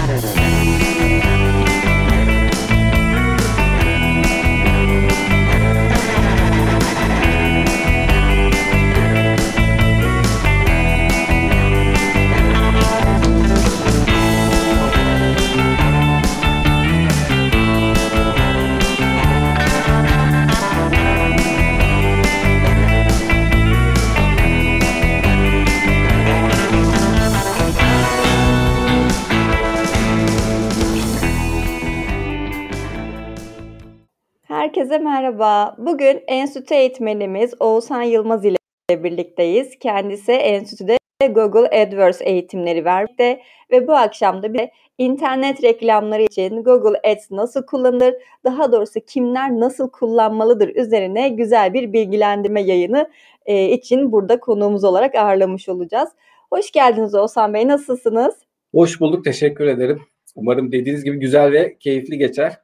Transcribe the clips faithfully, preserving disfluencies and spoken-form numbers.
Herkese merhaba. Bugün enstitü eğitmenimiz Oğuzhan Yılmaz ile birlikteyiz. Kendisi enstitüde Google AdWords eğitimleri vermekte ve bu akşam da bize internet reklamları için Google Ads nasıl kullanılır, daha doğrusu kimler nasıl kullanmalıdır üzerine güzel bir bilgilendirme yayını e, için burada konuğumuz olarak ağırlamış olacağız. Hoş geldiniz Oğuzhan Bey, nasılsınız? Hoş bulduk, teşekkür ederim. Umarım dediğiniz gibi güzel ve keyifli geçer.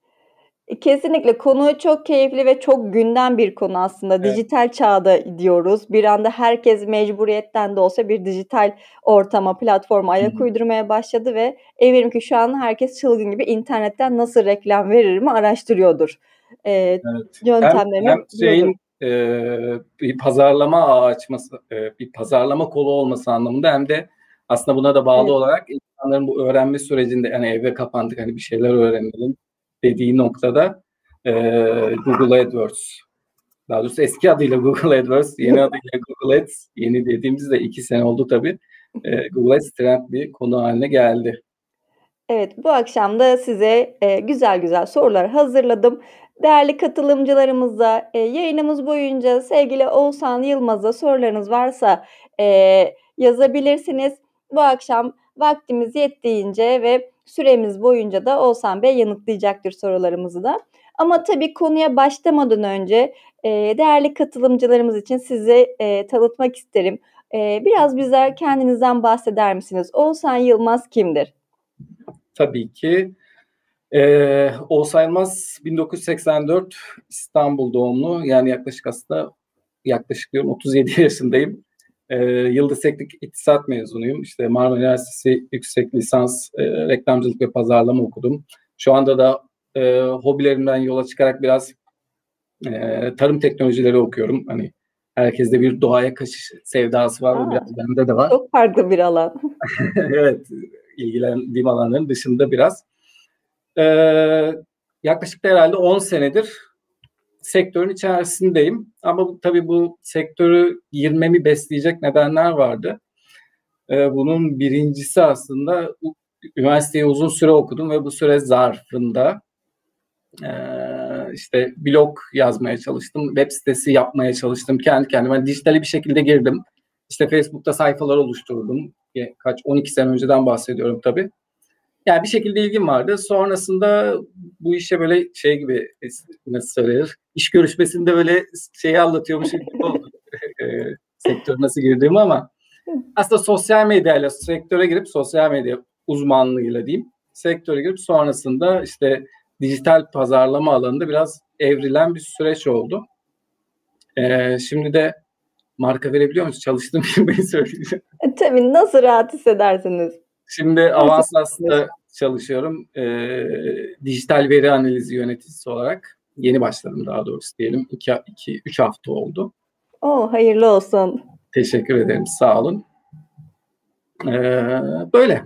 Kesinlikle konu çok keyifli ve çok gündem bir konu aslında. Evet. Dijital çağda diyoruz. Bir anda herkes mecburiyetten de olsa bir dijital ortama, platforma ayak Hı hı. uydurmaya başladı ve eminim ki şu an herkes çılgın gibi internetten nasıl reklam veririmi araştırıyordur. Ee, Evet. Hem, yöntemlerini hem buluyordur. şeyin e, bir pazarlama ağı açması, e, bir pazarlama kolu olması anlamında hem de aslında buna da bağlı Evet. olarak insanların bu öğrenme sürecinde hani eve kapandık hani bir şeyler öğrenelim dediği noktada e, Google AdWords, daha doğrusu eski adıyla Google AdWords, yeni adıyla Google Ads, yeni dediğimizde iki sene oldu tabii. E, Google Ads trend bir konu haline geldi. Evet, bu akşam da size e, güzel güzel sorular hazırladım. Değerli katılımcılarımıza e, yayınımız boyunca sevgili Oğuzhan Yılmaz'a sorularınız varsa e, yazabilirsiniz. Bu akşam vaktimiz yettiğince ve süremiz boyunca da Oğuzhan Bey yanıtlayacaktır sorularımızı da. Ama tabii konuya başlamadan önce e, değerli katılımcılarımız için sizi e, tanıtmak isterim. E, biraz bize kendinizden bahseder misiniz? Oğuzhan Yılmaz kimdir? Tabii ki. Ee, Oğuzhan Yılmaz bin dokuz yüz seksen dört İstanbul doğumlu, yani yaklaşık aslında yaklaşık diyorum otuz yedi yaşındayım. Ee, Yıldız Teknik İktisat mezunuyum. İşte Marmara Üniversitesi yüksek lisans e, reklamcılık ve pazarlama okudum. Şu anda da e, hobilerimden yola çıkarak biraz e, tarım teknolojileri okuyorum. Hani herkeste bir doğaya kaçış sevdası var. Bu Aa, biraz bende de var. çok farklı bir alan. Evet, ilgilendiğim alanların dışında biraz. Ee, yaklaşık da herhalde on senedir sektörün içerisindeyim. Ama bu, tabii bu sektörü girmemi besleyecek nedenler vardı. Ee, bunun birincisi aslında üniversiteyi uzun süre okudum ve bu süre zarfında e, işte blog yazmaya çalıştım, web sitesi yapmaya çalıştım. Kendi kendime yani dijitali bir şekilde girdim. İşte Facebook'ta sayfalar oluşturdum. Kaç on iki sene önceden bahsediyorum tabii. Yani bir şekilde ilgim vardı. Sonrasında bu işe böyle şey gibi, nasıl söylenir, İş görüşmesinde böyle şeyi anlatıyormuş gibi oldu. e, sektöre nasıl girdiğimi, ama aslında sosyal medyayla sektöre girip sosyal medya uzmanlığıyla diyeyim sektöre girip sonrasında işte dijital pazarlama alanında biraz evrilen bir süreç oldu. E, şimdi de marka verebiliyor musun? Çalıştığım firmayı söyleyeceğim. E, tabii, nasıl rahat hissedersiniz? Şimdi Avansas'ta çalışıyorum. Ee, dijital veri analizi yöneticisi olarak. Yeni başladım daha doğrusu diyelim. iki, iki, üç hafta oldu. Oo, hayırlı olsun. Teşekkür ederim. Sağ olun. Ee, böyle.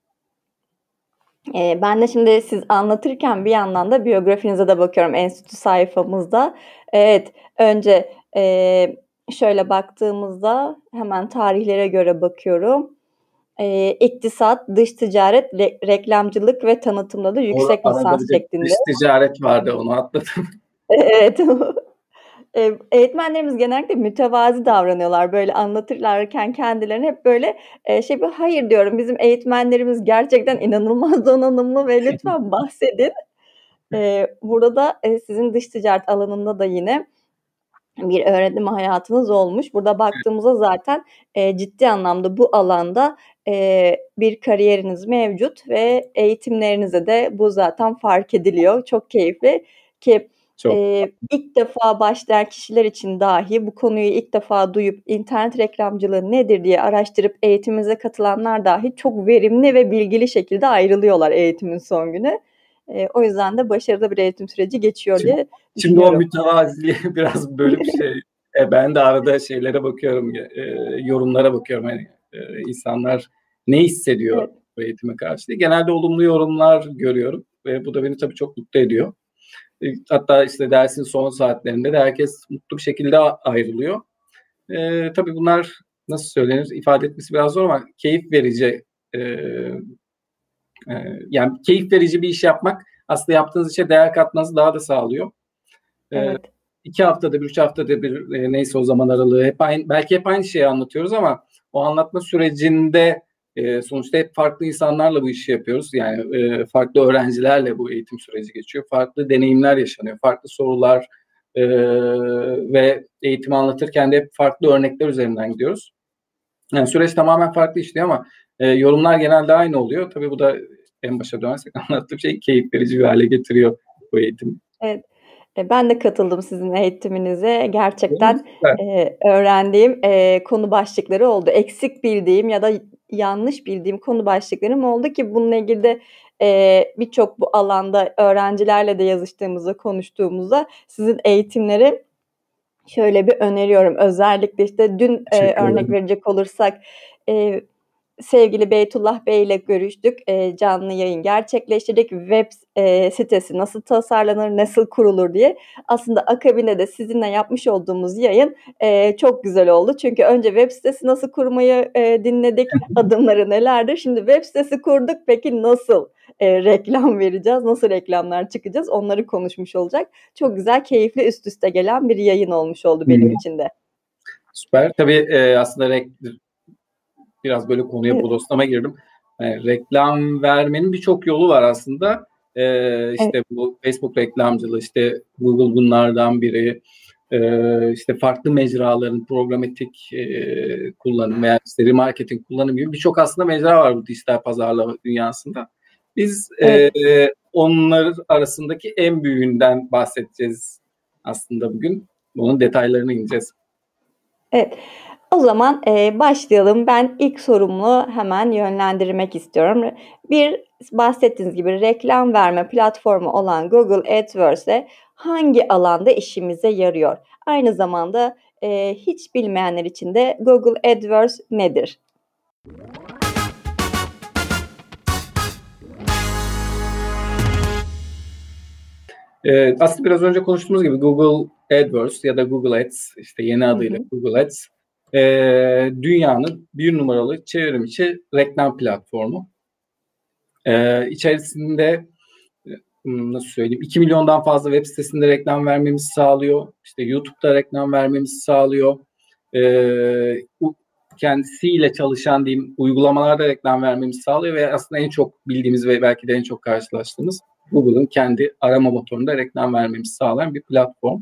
Ee, ben de şimdi siz anlatırken bir yandan da biyografinize de bakıyorum enstitü sayfamızda. Evet, önce e, şöyle baktığımızda hemen tarihlere göre bakıyorum. E, iktisat, dış ticaret, re- reklamcılık ve tanıtımda da yüksek Orada arada lisans bir de şeklinde. dış ticaret vardı, onu atladım. Evet. Eee, eğitmenlerimiz genellikle mütevazi davranıyorlar. Böyle anlatırlarken kendilerini hep böyle eee, şey yapıyor. Hayır diyorum, bizim eğitmenlerimiz gerçekten inanılmaz donanımlı ve lütfen bahsedin. Eee, burada da eee, sizin dış ticaret alanında da yine bir öğrenim hayatınız olmuş. Burada baktığımızda zaten eee, ciddi anlamda bu alanda eee, bir kariyeriniz mevcut ve eğitimlerinize de bu zaten fark ediliyor. Çok keyifli ki Çok Eee, ilk defa başlayan kişiler için dahi bu konuyu ilk defa duyup internet reklamcılığı nedir diye araştırıp eğitimimize katılanlar dahi çok verimli ve bilgili şekilde ayrılıyorlar eğitimin son günü. Eee, o yüzden de başarılı bir eğitim süreci geçiyor Şimdi diye şimdi o düşünüyorum. mütevaziliği biraz bölüp şey, eee, ben de arada şeylere bakıyorum, eee, yorumlara bakıyorum. Hani, eee, insanlar ne hissediyor Evet. bu eğitime karşı diye. Genelde olumlu yorumlar görüyorum ve bu da beni tabii çok mutlu ediyor. Eee, hatta işte dersin son saatlerinde de herkes mutlu bir şekilde a ayrılıyor. Eee, tabii bunlar nasıl söylenir, ifade etmesi biraz zor ama keyif verici, eee, eee, yani keyif verici bir iş yapmak aslında yaptığınız işe değer katmanızı daha da sağlıyor. Eee, Evet. iki haftada bir, üç haftada bir, eee, neyse o zaman aralığı hep aynı, belki hep aynı şeyi anlatıyoruz ama o anlatma sürecinde eee, sonuçta hep farklı insanlarla bu işi yapıyoruz. Yani eee, farklı öğrencilerle bu eğitim süreci geçiyor. Farklı deneyimler yaşanıyor. Farklı sorular eee, ve eğitimi anlatırken de hep farklı örnekler üzerinden gidiyoruz. Yani süreç tamamen farklı işliyor ama eee, yorumlar genelde aynı oluyor. Tabii bu da en başa dönersek anlattığım şey keyif verici bir hale getiriyor bu eğitimi. Evet. Eee, ben de katıldım sizin eğitiminize. Gerçekten, Süper. eee, öğrendiğim, eee, konu başlıkları oldu. Eksik bildiğim ya da yanlış bildiğim konu başlıklarım oldu ki bununla ilgili de, eee, birçok bu alanda öğrencilerle de yazıştığımızda, konuştuğumuzda sizin eğitimleri şöyle bir öneriyorum. Özellikle, işte, dün, eee, Teşekkür örnek ederim. verecek olursak, eee, sevgili Beytullah Bey ile görüştük. Eee, canlı yayın gerçekleştirdik. Web s eee, sitesi nasıl tasarlanır, nasıl kurulur diye. Aslında akabinde de sizinle yapmış olduğumuz yayın, eee, çok güzel oldu. Çünkü önce web sitesi nasıl kurmayı, eee, dinledik, adımları nelerdir? Şimdi web sitesi kurduk, peki nasıl, eee, reklam vereceğiz, nasıl reklamlar çıkacağız onları konuşmuş olacak. Çok güzel, keyifli, üst üste gelen bir yayın olmuş oldu Hı hı. benim için de. Süper. Tabii, eee, aslında rek biraz böyle konuya Evet. bodoslama girdim. Eee, reklam vermenin birçok yolu var aslında. Eee, Evet. işte bu Facebook reklamcılığı, işte Google bunlardan biri. Eee, işte farklı mecraların programatik eee, kullanım veya işte remarketing kullanımı gibi birçok aslında mecra var bu dijital pazarlama dünyasında. Biz Evet. eee, onlar arasındaki en büyüğünden bahsedeceğiz aslında bugün. Bunun detaylarına ineceğiz. Evet. O zaman, eee, başlayalım. Ben ilk sorumu hemen yönlendirmek istiyorum. Bir bahsettiğiniz gibi reklam verme platformu olan Google AdWords'e hangi alanda işimize yarıyor? Aynı zamanda, eee, hiç bilmeyenler için de Google AdWords nedir? Eee, aslında biraz önce konuştuğumuz gibi Google AdWords ya da Google Ads, işte yeni Hı adıyla hı. Google Ads, eee, dünyanın bir numaralı çevrim içi reklam platformu. Eee, içerisinde, ımm, nasıl söyleyeyim, iki milyondan fazla web sitesinde reklam vermemizi sağlıyor. İşte YouTube'da reklam vermemizi sağlıyor. Eee, u kendisiyle çalışan diyeyim uygulamalarda reklam vermemizi sağlıyor ve aslında en çok bildiğimiz ve belki de en çok karşılaştığımız Google'ın kendi arama motorunda reklam vermemizi sağlayan bir platform.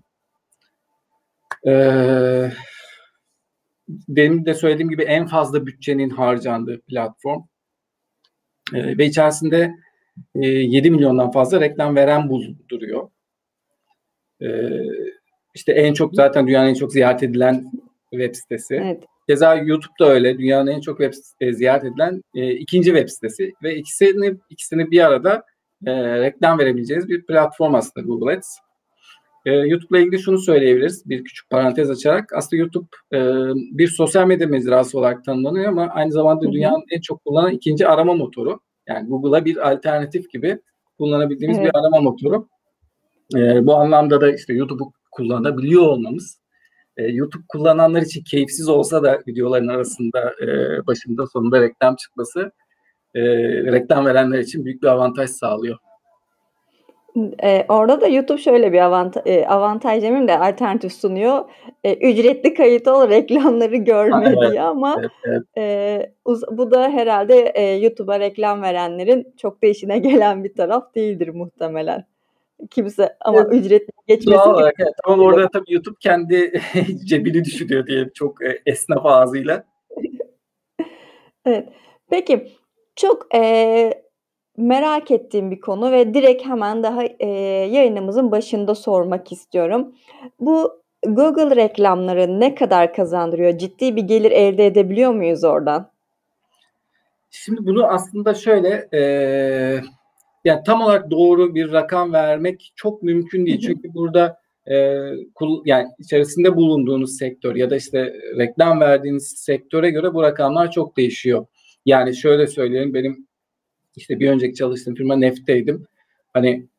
Eee, demin de söylediğim gibi en fazla bütçenin harcandığı platform. Eee, ve içerisinde eee, yedi milyondan fazla reklam veren bulunduruyor. Eee, işte en çok zaten dünyanın en çok ziyaret edilen web sitesi. Evet. Keza YouTube da öyle. Dünyanın en çok web e, ziyaret edilen e, ikinci web sitesi ve ikisini ikisini bir arada e, reklam verebileceğiniz bir platform aslında Google Ads. E, YouTube'la ilgili şunu söyleyebiliriz. Bir küçük parantez açarak. Aslında YouTube e, bir sosyal medya mecrası olarak tanımlanıyor ama aynı Hı zamanda hı. dünyanın en çok kullanılan ikinci arama motoru. Yani Google'a bir alternatif gibi kullanabildiğimiz bir Evet. arama motoru. E, bu anlamda da işte YouTube'u kullanabiliyor olmamız e, YouTube kullananlar için keyifsiz olsa da videoların arasında e, başında sonunda reklam çıkması e, reklam verenler için büyük bir avantaj sağlıyor. Eee, orada da YouTube şöyle bir avanta eee, avantaj demeyeyim de alternatif sunuyor. Eee, ücretli kayıt ol, reklamları görme Evet, diye ama, evet, evet. eee, uz bu da herhâlde, eee, YouTube'a reklam verenlerin çok da işine gelen bir taraf değildir muhtemelen. Kimse ama Evet, ücretli geçmesin doğal ki olarak evet ama orada tabii YouTube kendi cebini düşünüyor diye çok e, esnaf ağzıyla. Evet. Peki, çok, eee merak ettiğim bir konu ve direkt hemen daha, eee, yayınımızın başında sormak istiyorum. Bu Google reklamları ne kadar kazandırıyor? Ciddi bir gelir elde edebiliyor muyuz oradan? Şimdi bunu aslında şöyle, eee, yani tam olarak doğru bir rakam vermek çok mümkün Hı değil. hı. Çünkü burada eee, kul, yani içerisinde bulunduğunuz sektör ya da işte reklam verdiğiniz sektöre göre bu rakamlar çok değişiyor. Yani şöyle söyleyeyim, benim işte bir önceki çalıştığım firma Neft'teydim. Hani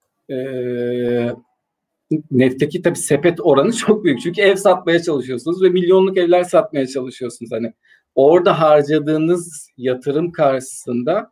eee Neft'teki tabii sepet oranı çok büyük. Çünkü ev satmaya çalışıyorsunuz ve milyonluk evler satmaya çalışıyorsunuz. Hani orada harcadığınız yatırım karşısında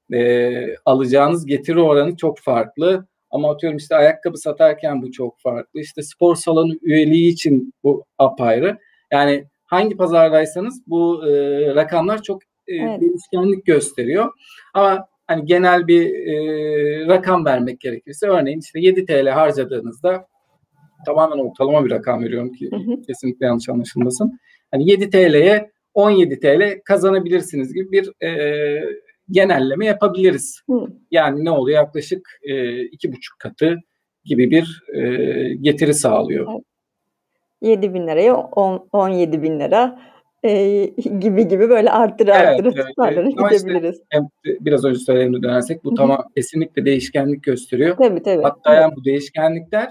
e, alacağınız getiri oranı çok farklı. Ama atıyorum işte ayakkabı satarken bu çok farklı. İşte spor salonu üyeliği için bu apayrı. Yani hangi pazardaysanız bu e, rakamlar çok e, Evet. değişkenlik gösteriyor. Ama hani genel bir e, rakam vermek gerekirse örneğin işte yedi T L harcadığınızda, tamamen ortalama bir rakam veriyorum ki Hı hı. kesinlikle yanlış anlaşılmasın. Hani yedi T L'ye on yedi T L kazanabilirsiniz gibi bir e, genelleme yapabiliriz. Hı. Yani ne oluyor? Yaklaşık e, iki buçuk katı gibi bir e, getiri sağlıyor. Evet. yedi bin liraya on on yedi bin lira eee, gibi gibi böyle arttıra Evet, arttıra evet, evet. tutarlarak Ama işte gidebiliriz. hem biraz önce söylediğime dönersek bu Hı hı. tamam kesinlikle değişkenlik gösteriyor. Tabii, tabii. Hatta Evet. yani bu değişkenlikler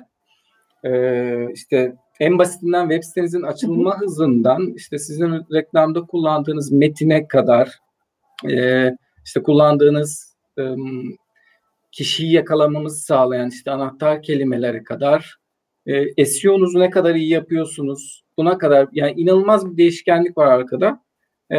Ee, işte en basitinden web sitenizin Hı hı. açılma hızından işte sizin reklamda kullandığınız metine kadar, e, işte kullandığınız e, kişiyi yakalamamızı sağlayan işte anahtar kelimelere kadar, e, S E O'nuzu ne kadar iyi yapıyorsunuz buna kadar, yani inanılmaz bir değişkenlik var arkada. E,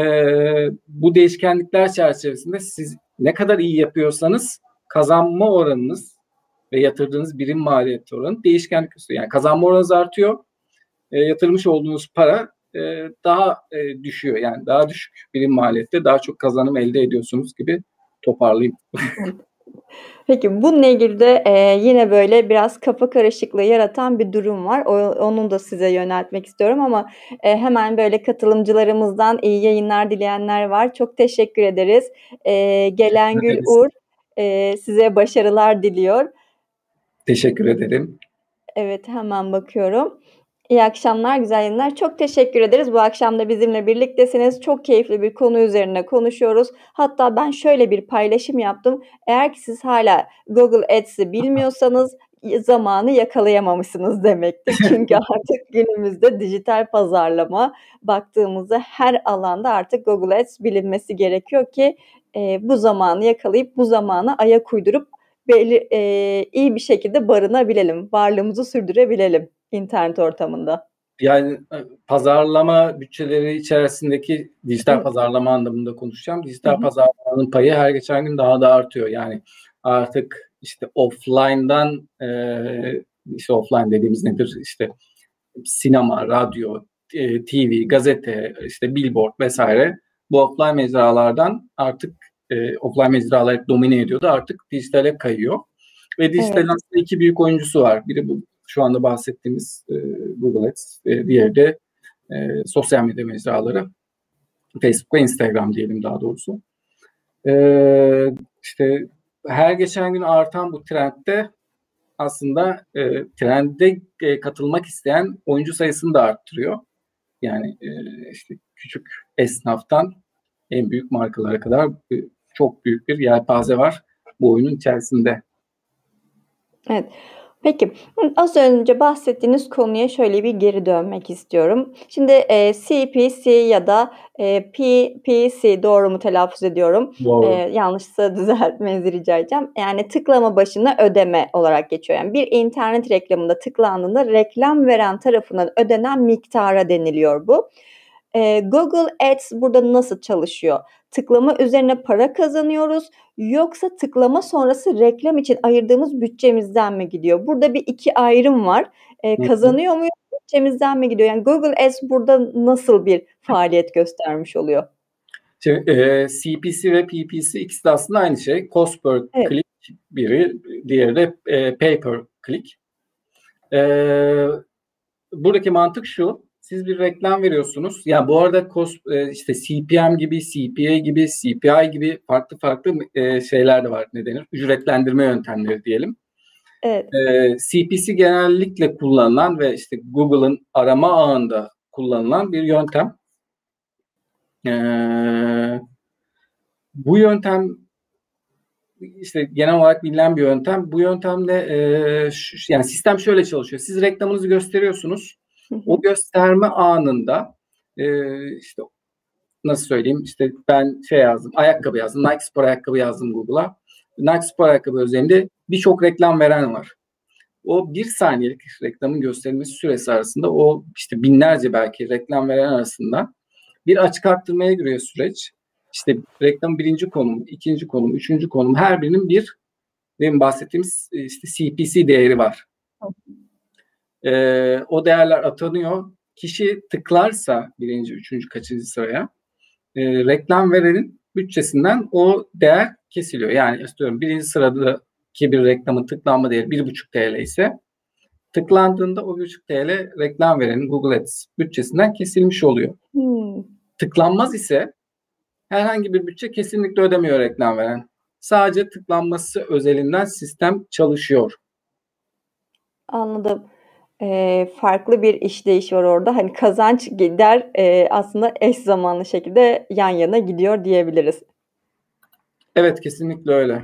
Bu değişkenlikler çerçevesinde siz ne kadar iyi yapıyorsanız kazanma oranınız ve yatırdığınız birim maliyeti oranı değişkenlik gösteriyor. Yani kazanma oranınız artıyor, e, yatırmış olduğunuz para e, daha e, düşüyor. Yani daha düşük birim maliyette daha çok kazanım elde ediyorsunuz gibi toparlayayım. Evet. Peki bununla ilgili de, eee, yine böyle biraz kafa karışıklığı yaratan bir durum var. O onu da size yöneltmek istiyorum ama, eee, hemen böyle katılımcılarımızdan iyi yayınlar dileyenler var. Çok teşekkür ederiz. Eee, Teşekkür Gelengül ederiz. Uğur, eee, size başarılar diliyor. Teşekkür ederim. Evet, hemen bakıyorum. İyi akşamlar, güzel yayınlar. Çok teşekkür ederiz. Bu akşam da bizimle birliktesiniz. Çok keyifli bir konu üzerine konuşuyoruz. Hatta ben şöyle bir paylaşım yaptım. Eğer ki siz hâlâ Google Ads'i bilmiyorsanız y zamanı yakalayamamışsınız demektir. Çünkü artık günümüzde dijital pazarlama baktığımızda her alanda artık Google Ads bilinmesi gerekiyor ki, eee, bu zamanı yakalayıp bu zamana ayak uydurup belli eee, iyi bir şekilde barınabilelim, varlığımızı sürdürebilelim internet ortamında. Yani e, pazarlama bütçeleri içerisindeki dijital Evet. pazarlama anlamında konuşacağım. Hı Dijital hı. pazarlamanın payı her geçen gün daha da artıyor. Yani artık işte offline'dan e, işte offline dediğimiz nedir? İşte sinema, radyo, e, T V, gazete, işte billboard vesaire, bu offline mecralardan artık e, offline mecralar hep domine ediyordu. Artık dijitale kayıyor. Ve dijitalin Evet. aslında iki büyük oyuncusu var. Biri bu şu anda bahsettiğimiz e, Google Ads, e, diğeri de e, sosyal medya mecraları. Facebook ve Instagram diyelim daha doğrusu. E, işte her geçen gün artan bu trendde aslında e, trende e, katılmak isteyen oyuncu sayısını da arttırıyor. Yani e, işte küçük esnaftan en büyük markalara kadar e, çok büyük bir yelpaze var bu oyunun içerisinde. Evet. Peki, hı, az önce bahsettiğiniz konuya şöyle bir geri dönmek istiyorum. Şimdi, eee, C P C ya da, eee, P P C doğru mu telaffuz ediyorum? Eee, Doğru. yanlışsa düzeltmenizi rica edeceğim. Yani tıklama başına ödeme olarak geçiyor. Yani bir internet reklamında tıklandığında reklam veren tarafından ödenen miktara deniliyor bu. Eee, Google Ads burada nasıl çalışıyor? Tıklama üzerine para kazanıyoruz yoksa tıklama sonrası reklam için ayırdığımız bütçemizden mi gidiyor? Burada bir iki ayrım var. Eee, Hı hı. kazanıyor muyuz, bütçemizden mi gidiyor? Yani Google Ads burada nasıl bir faaliyet göstermiş oluyor? Şimdi, e, C P C ve P P C ikisi de aslında aynı şey. Cost per Evet. click biri, diğeri de e, pay per click. E, buradaki mantık şu. Siz bir reklam veriyorsunuz. Ya bu arada cost, e, işte C P M gibi, C P A gibi, C P I gibi farklı farklı e, şeyler de var. Ne denir? Ücretlendirme yöntemleri diyelim. Evet. E, C P C genellikle kullanılan ve işte Google'ın arama ağında kullanılan bir yöntem. E, bu yöntem işte genel olarak bilinen bir yöntem. Bu yöntemde e, şu, yani sistem şöyle çalışıyor. Siz reklamınızı gösteriyorsunuz. Hı O hı. gösterme anında e, işte nasıl söyleyeyim, işte ben şey yazdım, ayakkabı yazdım, Nike Spor ayakkabı yazdım Google'a. Nike Spor ayakkabı üzerinde birçok reklam veren var. O bir saniyelik reklamın gösterilmesi süresi arasında o işte binlerce belki reklam veren arasında bir açık arttırmaya giriyor süreç. İşte reklamın birinci konumu, ikinci konumu, üçüncü konumu her birinin bir benim bahsettiğimiz işte C P C değeri var. Ee, o değerler atanıyor. Kişi tıklarsa birinci, üçüncü, kaçıncı sıraya e, reklam verenin bütçesinden o değer kesiliyor. Yani istiyorum birinci sıradaki bir reklamın tıklanma değeri bir buçuk T L ise tıklandığında o bir buçuk T L reklam verenin Google Ads bütçesinden kesilmiş oluyor. Hmm. Tıklanmaz ise herhangi bir bütçe kesinlikle ödemiyor reklam veren. Sadece tıklanması özelinden sistem çalışıyor. Anladım. Eee, farklı bir işleyiş var orada. Hani kazanç gider eee, aslında eş zamanlı şekilde yan yana gidiyor diyebiliriz. Evet, kesinlikle öyle.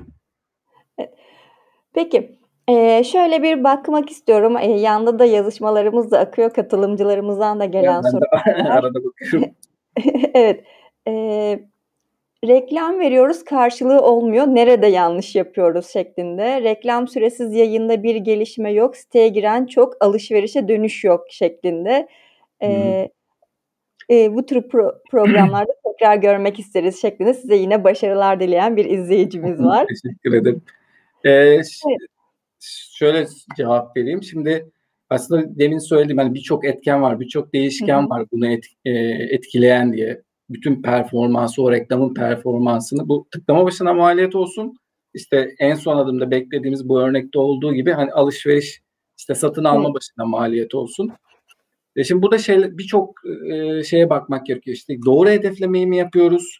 E peki, eee, şöyle bir bakmak istiyorum. Eee, yanda da yazışmalarımız da akıyor. Katılımcılarımızdan da Ben, gelen ben de sorular var. arada bakıyorum. Evet. Eee, reklam veriyoruz, karşılığı olmuyor. Nerede yanlış yapıyoruz şeklinde. Reklam süresiz yayında bir gelişme yok. Siteye giren çok, alışverişe dönüş yok şeklinde. Hı-hı. Eee, eee, bu tür pro programlarda tekrar görmek isteriz şeklinde size yine başarılar dileyen bir izleyicimiz var. Teşekkür ederim. Ee, ş- Evet. şöyle cevap vereyim. Şimdi aslında demin söyledim, hani birçok etken var, birçok Hı değişken hı. var bunu et, e, etkileyen diye. Bütün performansı, o reklamın performansını, bu tıklama başına maliyet olsun. İşte en son adımda beklediğimiz bu örnekte olduğu gibi hani alışveriş, işte satın alma Evet. başına maliyet olsun. E şimdi burada şey, birçok e, şeye bakmak gerekiyor. İşte doğru hedeflemeyi mi yapıyoruz?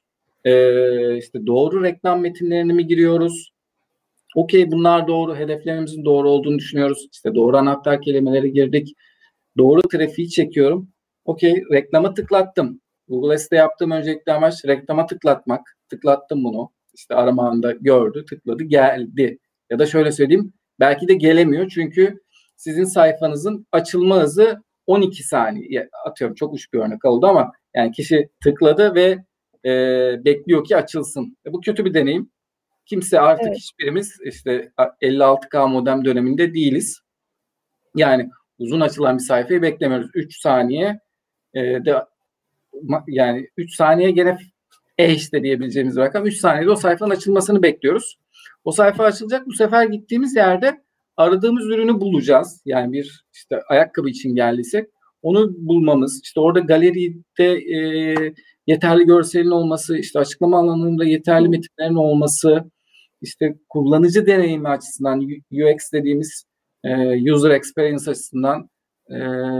E, işte doğru reklam metinlerini mi giriyoruz? Okey, bunlar doğru. Hedeflerimizin doğru olduğunu düşünüyoruz. İşte doğru anahtar kelimeleri girdik. Doğru trafiği çekiyorum. Okey, reklama tıklattım. Google Ads'te yaptığım öncelikli amaç reklama tıklatmak. Tıklattım bunu. İşte arama anında gördü, tıkladı, geldi. Ya da şöyle söyleyeyim, belki de gelemiyor çünkü sizin sayfanızın açılma hızı on iki saniye. Atıyorum, çok uç bir örnek oldu ama yani kişi tıkladı ve e, bekliyor ki açılsın. E, bu kötü bir deneyim. Kimse artık, Evet. hiçbirimiz işte elli altı K modem döneminde değiliz. Yani uzun açılan bir sayfayı beklemiyoruz. üç saniye e, de yani üç saniye gene e işte diyebileceğimiz bir rakam. üç saniyede o sayfanın açılmasını bekliyoruz. O sayfa açılacak. Bu sefer gittiğimiz yerde aradığımız ürünü bulacağız. Yani bir işte ayakkabı için geldiysek onu bulmamız, işte orada galeride e, yeterli görselin olması, işte açıklama alanında yeterli Hı. metinlerin olması, işte kullanıcı deneyimi açısından U X dediğimiz e, user experience açısından e,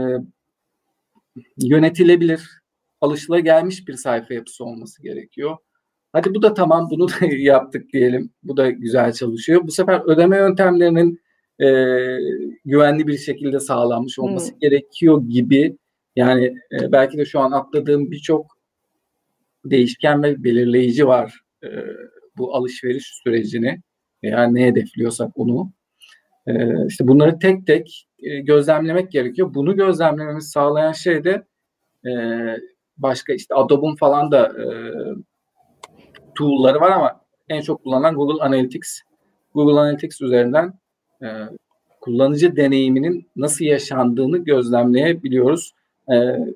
yönetilebilir, alışılagelmiş bir sayfa yapısı olması gerekiyor. Hadi bu da tamam, bunu da yaptık diyelim. Bu da güzel çalışıyor. Bu sefer ödeme yöntemlerinin e, güvenli bir şekilde sağlanmış olması Hımm. gerekiyor gibi. Yani e, belki de şu an atladığım birçok değişken ve belirleyici var e, bu alışveriş sürecini veya ne hedefliyorsak onu. E, işte bunları tek tek e, gözlemlemek gerekiyor. Bunu gözlemlememizi sağlayan şey de e, başka işte Adobe'un falan da e, tool'ları var ama en çok kullanılan Google Analytics. Google Analytics üzerinden e, kullanıcı deneyiminin nasıl yaşandığını gözlemleyebiliyoruz. E,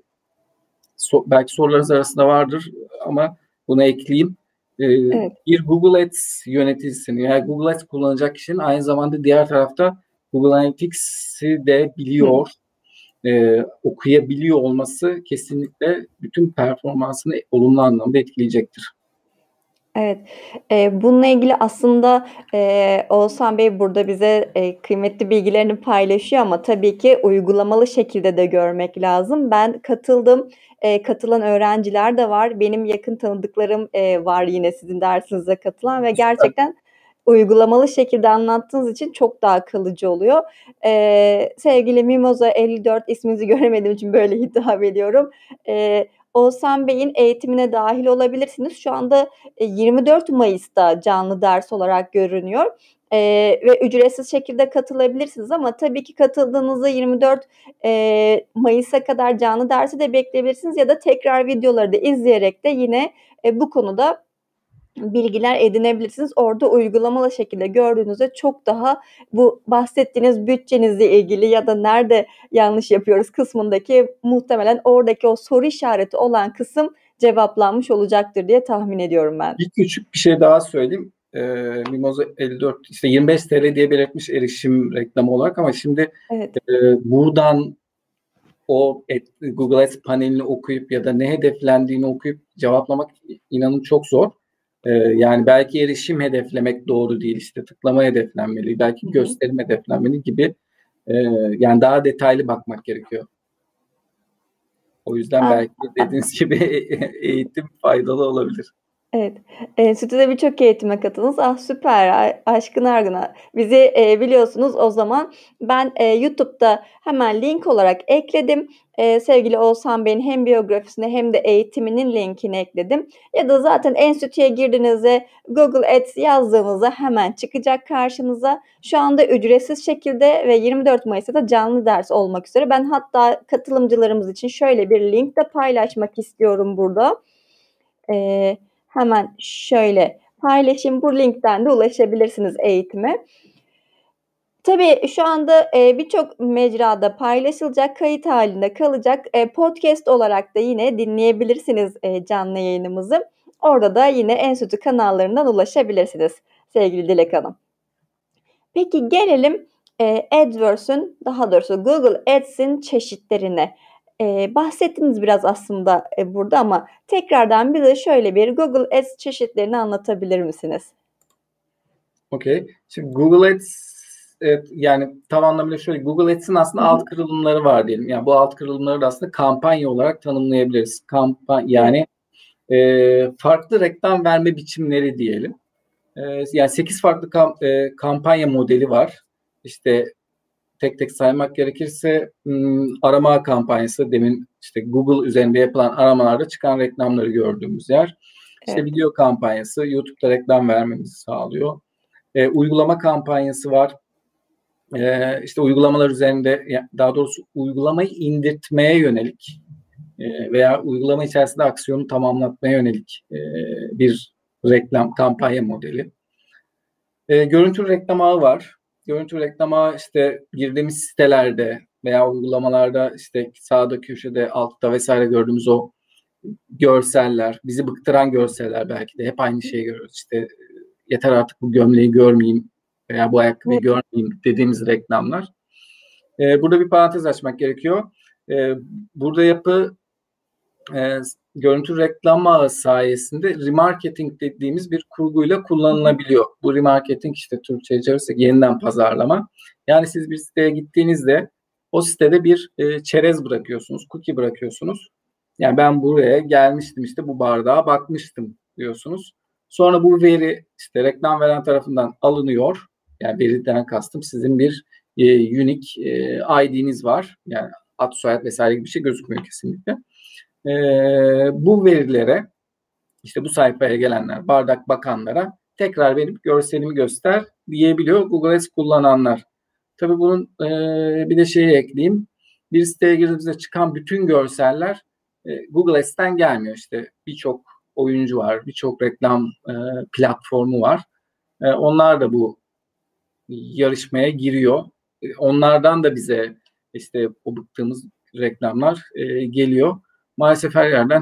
so, belki sorularınız arasında vardır ama bunu ekleyeyim. E, Evet. bir Google Ads yöneticisinin, yani Google Ads kullanacak kişinin aynı zamanda diğer tarafta Google Analytics'i de Hı. biliyor, e, okuyabiliyor olması kesinlikle bütün performansını olumlu anlamda etkileyecektir. Evet. Eee, bununla ilgili aslında, eee, Oğuzhan Bey burada bize, eee, kıymetli bilgilerini paylaşıyor ama tabii ki uygulamalı şekilde de görmek lazım. Ben katıldım. Eee, katılan öğrenciler de var. Benim yakın tanıdıklarım, eee, var yine sizin dersinize katılan ve Süper. gerçekten uygulamalı şekilde anlattığınız için çok daha kalıcı oluyor. Eee, sevgili Mimoza elli dört isminizi göremediğim için böyle hitap ediyorum. Eee, Oğuzhan Bey'in eğitimine dâhil olabilirsiniz. Şu anda, eee, yirmi dört Mayıs'ta canlı ders olarak görünüyor, eee, ve ücretsiz şekilde katılabilirsiniz ama tabii ki katıldığınızda yirmi dört eee, Mayıs'a kadar canlı dersi de bekleyebilirsiniz ya da tekrar videoları da izleyerek de yine, eee, bu konuda bilgiler edinebilirsiniz. Orada uygulamalı şekilde gördüğünüzde çok daha bu bahsettiğiniz bütçenizle ilgili ya da nerede yanlış yapıyoruz kısmındaki muhtemelen oradaki o soru işareti olan kısım cevaplanmış olacaktır diye tahmin ediyorum ben. Bir küçük bir şey daha söyleyeyim. Eee, Mimoza elli dört işte yirmi beş TL diye belirtmiş erişim reklamı olarak ama şimdi Evet. eee, buradan o et, Google Ads panelini okuyup ya da ne hedeflendiğini okuyup cevaplamak inanın çok zor. Ee, yani belki erişim hedeflemek doğru değil, işte tıklama hedeflenmeli, belki Hı hı. gösterim hedeflenmeli gibi e, yani daha detaylı bakmak gerekiyor. O yüzden Ah, belki ah. dediğiniz gibi eğitim faydalı olabilir. Evet. Enstitüde birçok eğitime katıldınız. Ah, süper! A aşkın ardına. Bizi, eee, biliyorsunuz o zaman ben, eee, YouTube'da hemen link olarak ekledim. Eee, sevgili Oğuzhan Bey'in hem biyografisini hem de eğitiminin linkini ekledim. Ya da zaten enstitüye girdiğinizde Google Ads yazdığınızda hemen çıkacak karşınıza. Şu anda ücretsiz şekilde ve yirmi dört Mayıs'ta da canlı ders olmak üzere. Ben hatta katılımcılarımız için şöyle bir link de paylaşmak istiyorum burada. Eee, hemen şöyle paylaşayım. Bu linkten de ulaşabilirsiniz eğitime. Tabii şu anda, eee, birçok mecrada paylaşılacak, kayıt hâlinde kalacak. Eee, podcast olarak da yine dinleyebilirsiniz, eee, canlı yayınımızı. Orada da yine enstitü kanallarından ulaşabilirsiniz sevgili Dilek Hanım. Peki gelelim, eee, AdWords'ün daha doğrusu Google Ads'in çeşitlerine. Eee, bahsettiniz biraz aslında, eee, burada ama tekrardan bize şöyle bir Google Ads çeşitlerini anlatabilir misiniz? Okay. Şimdi Google Ads, evet, yani tam anlamıyla şöyle, Google Ads'in aslında Hı hı. alt kırılımları var diyelim. Yani bu alt kırılımları da aslında kampanya olarak tanımlayabiliriz. Kampanya Evet. yani e, farklı reklam verme biçimleri diyelim. E, yani sekiz farklı kam, e, kampanya modeli var. İşte tek tek saymak gerekirse ım, arama kampanyası, demin işte Google üzerinde yapılan aramalarda çıkan reklamları gördüğümüz yer. İşte Evet. video kampanyası, YouTube'da reklam vermemizi sağlıyor. E, uygulama kampanyası var. E, işte uygulamalar üzerinde, daha doğrusu uygulamayı indirtmeye yönelik e, veya uygulama içerisinde aksiyonu tamamlatmaya yönelik e, bir reklam kampanya modeli. E, görüntü reklam ağı var. Görüntü reklam ağı işte girdiğimiz sitelerde veya uygulamalarda işte sağda köşede altta vesaire gördüğümüz o görseller, bizi bıktıran görseller, belki de hep aynı şeyi görüyoruz. İşte yeter artık bu gömleği görmeyeyim veya bu ayakkabıyı görmeyeyim dediğimiz reklamlar. Ee, burada bir parantez açmak gerekiyor. Ee, burada yapı e, görüntü reklam ağı sayesinde remarketing dediğimiz bir kurguyla kullanılabiliyor. Bu remarketing işte Türkçe'ye çevirirsek yeniden pazarlama. Yani siz bir siteye gittiğinizde o sitede bir e, çerez bırakıyorsunuz, cookie bırakıyorsunuz. Yani ben buraya gelmiştim, işte bu bardağa bakmıştım diyorsunuz. Sonra bu veri işte reklam veren tarafından alınıyor. Yani veriden kastım sizin bir e, unique e, I D'niz var. Yani ad soyad vesaire gibi bir şey gözükmüyor kesinlikle. E, bu verilere işte bu sayfaya gelenler, bardak bakanlara tekrar verip görselimi göster diyebiliyor Google Ads kullananlar. Tabii bunun e, bir de şeyi ekleyeyim. Bir siteye girdiğimizde çıkan bütün görseller e, Google Ads'ten gelmiyor. İşte birçok oyuncu var, birçok reklam e, platformu var. E, onlar da bu yarışmaya giriyor. E, onlardan da bize işte o bıktığımız reklamlar e, geliyor. Maalesef her yerden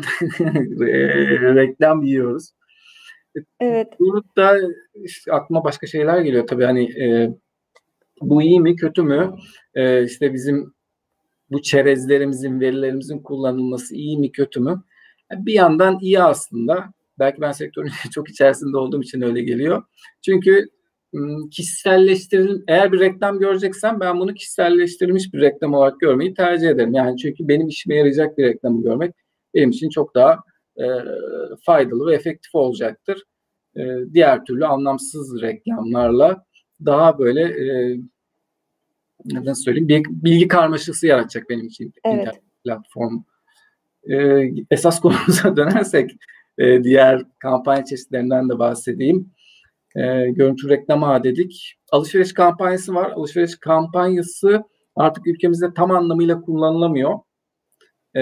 reklam yiyoruz. Evet. Burada işte aklıma başka şeyler geliyor tabii, hani e, bu iyi mi kötü mü? E, işte bizim bu çerezlerimizin, verilerimizin kullanılması iyi mi kötü mü? Bir yandan iyi aslında. Belki ben sektörün çok içerisinde olduğum için öyle geliyor. Çünkü kişiselleştirilmiş, eğer bir reklam göreceksem ben bunu kişiselleştirilmiş bir reklam olarak görmeyi tercih ederim. Yani çünkü benim işime yarayacak bir reklamı görmek benim için çok daha e, faydalı ve efektif olacaktır. E, diğer türlü anlamsız reklamlarla daha böyle e, nasıl söyleyeyim, bir bilgi karmaşası yaratacak benim için Evet. internet platform. E, esas konumuza dönersek e, diğer kampanya çeşitlerinden de bahsedeyim. E, görüntü reklamı ağı dedik. Alışveriş kampanyası var. Alışveriş kampanyası artık ülkemizde tam anlamıyla kullanılamıyor. E,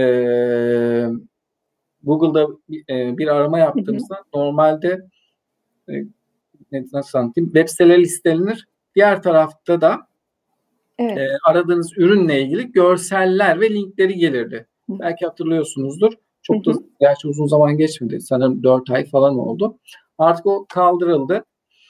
Google'da e, bir arama yaptığımızda normalde e, nasıl anlatayım, web siteleri listelenir. Diğer tarafta da Evet. e, aradığınız ürünle ilgili görseller ve linkleri gelirdi. Hı. Belki hatırlıyorsunuzdur. Çok Hı da hı. gerçi uzun zaman geçmedi. Sanırım dört ay falan oldu. Artık o kaldırıldı.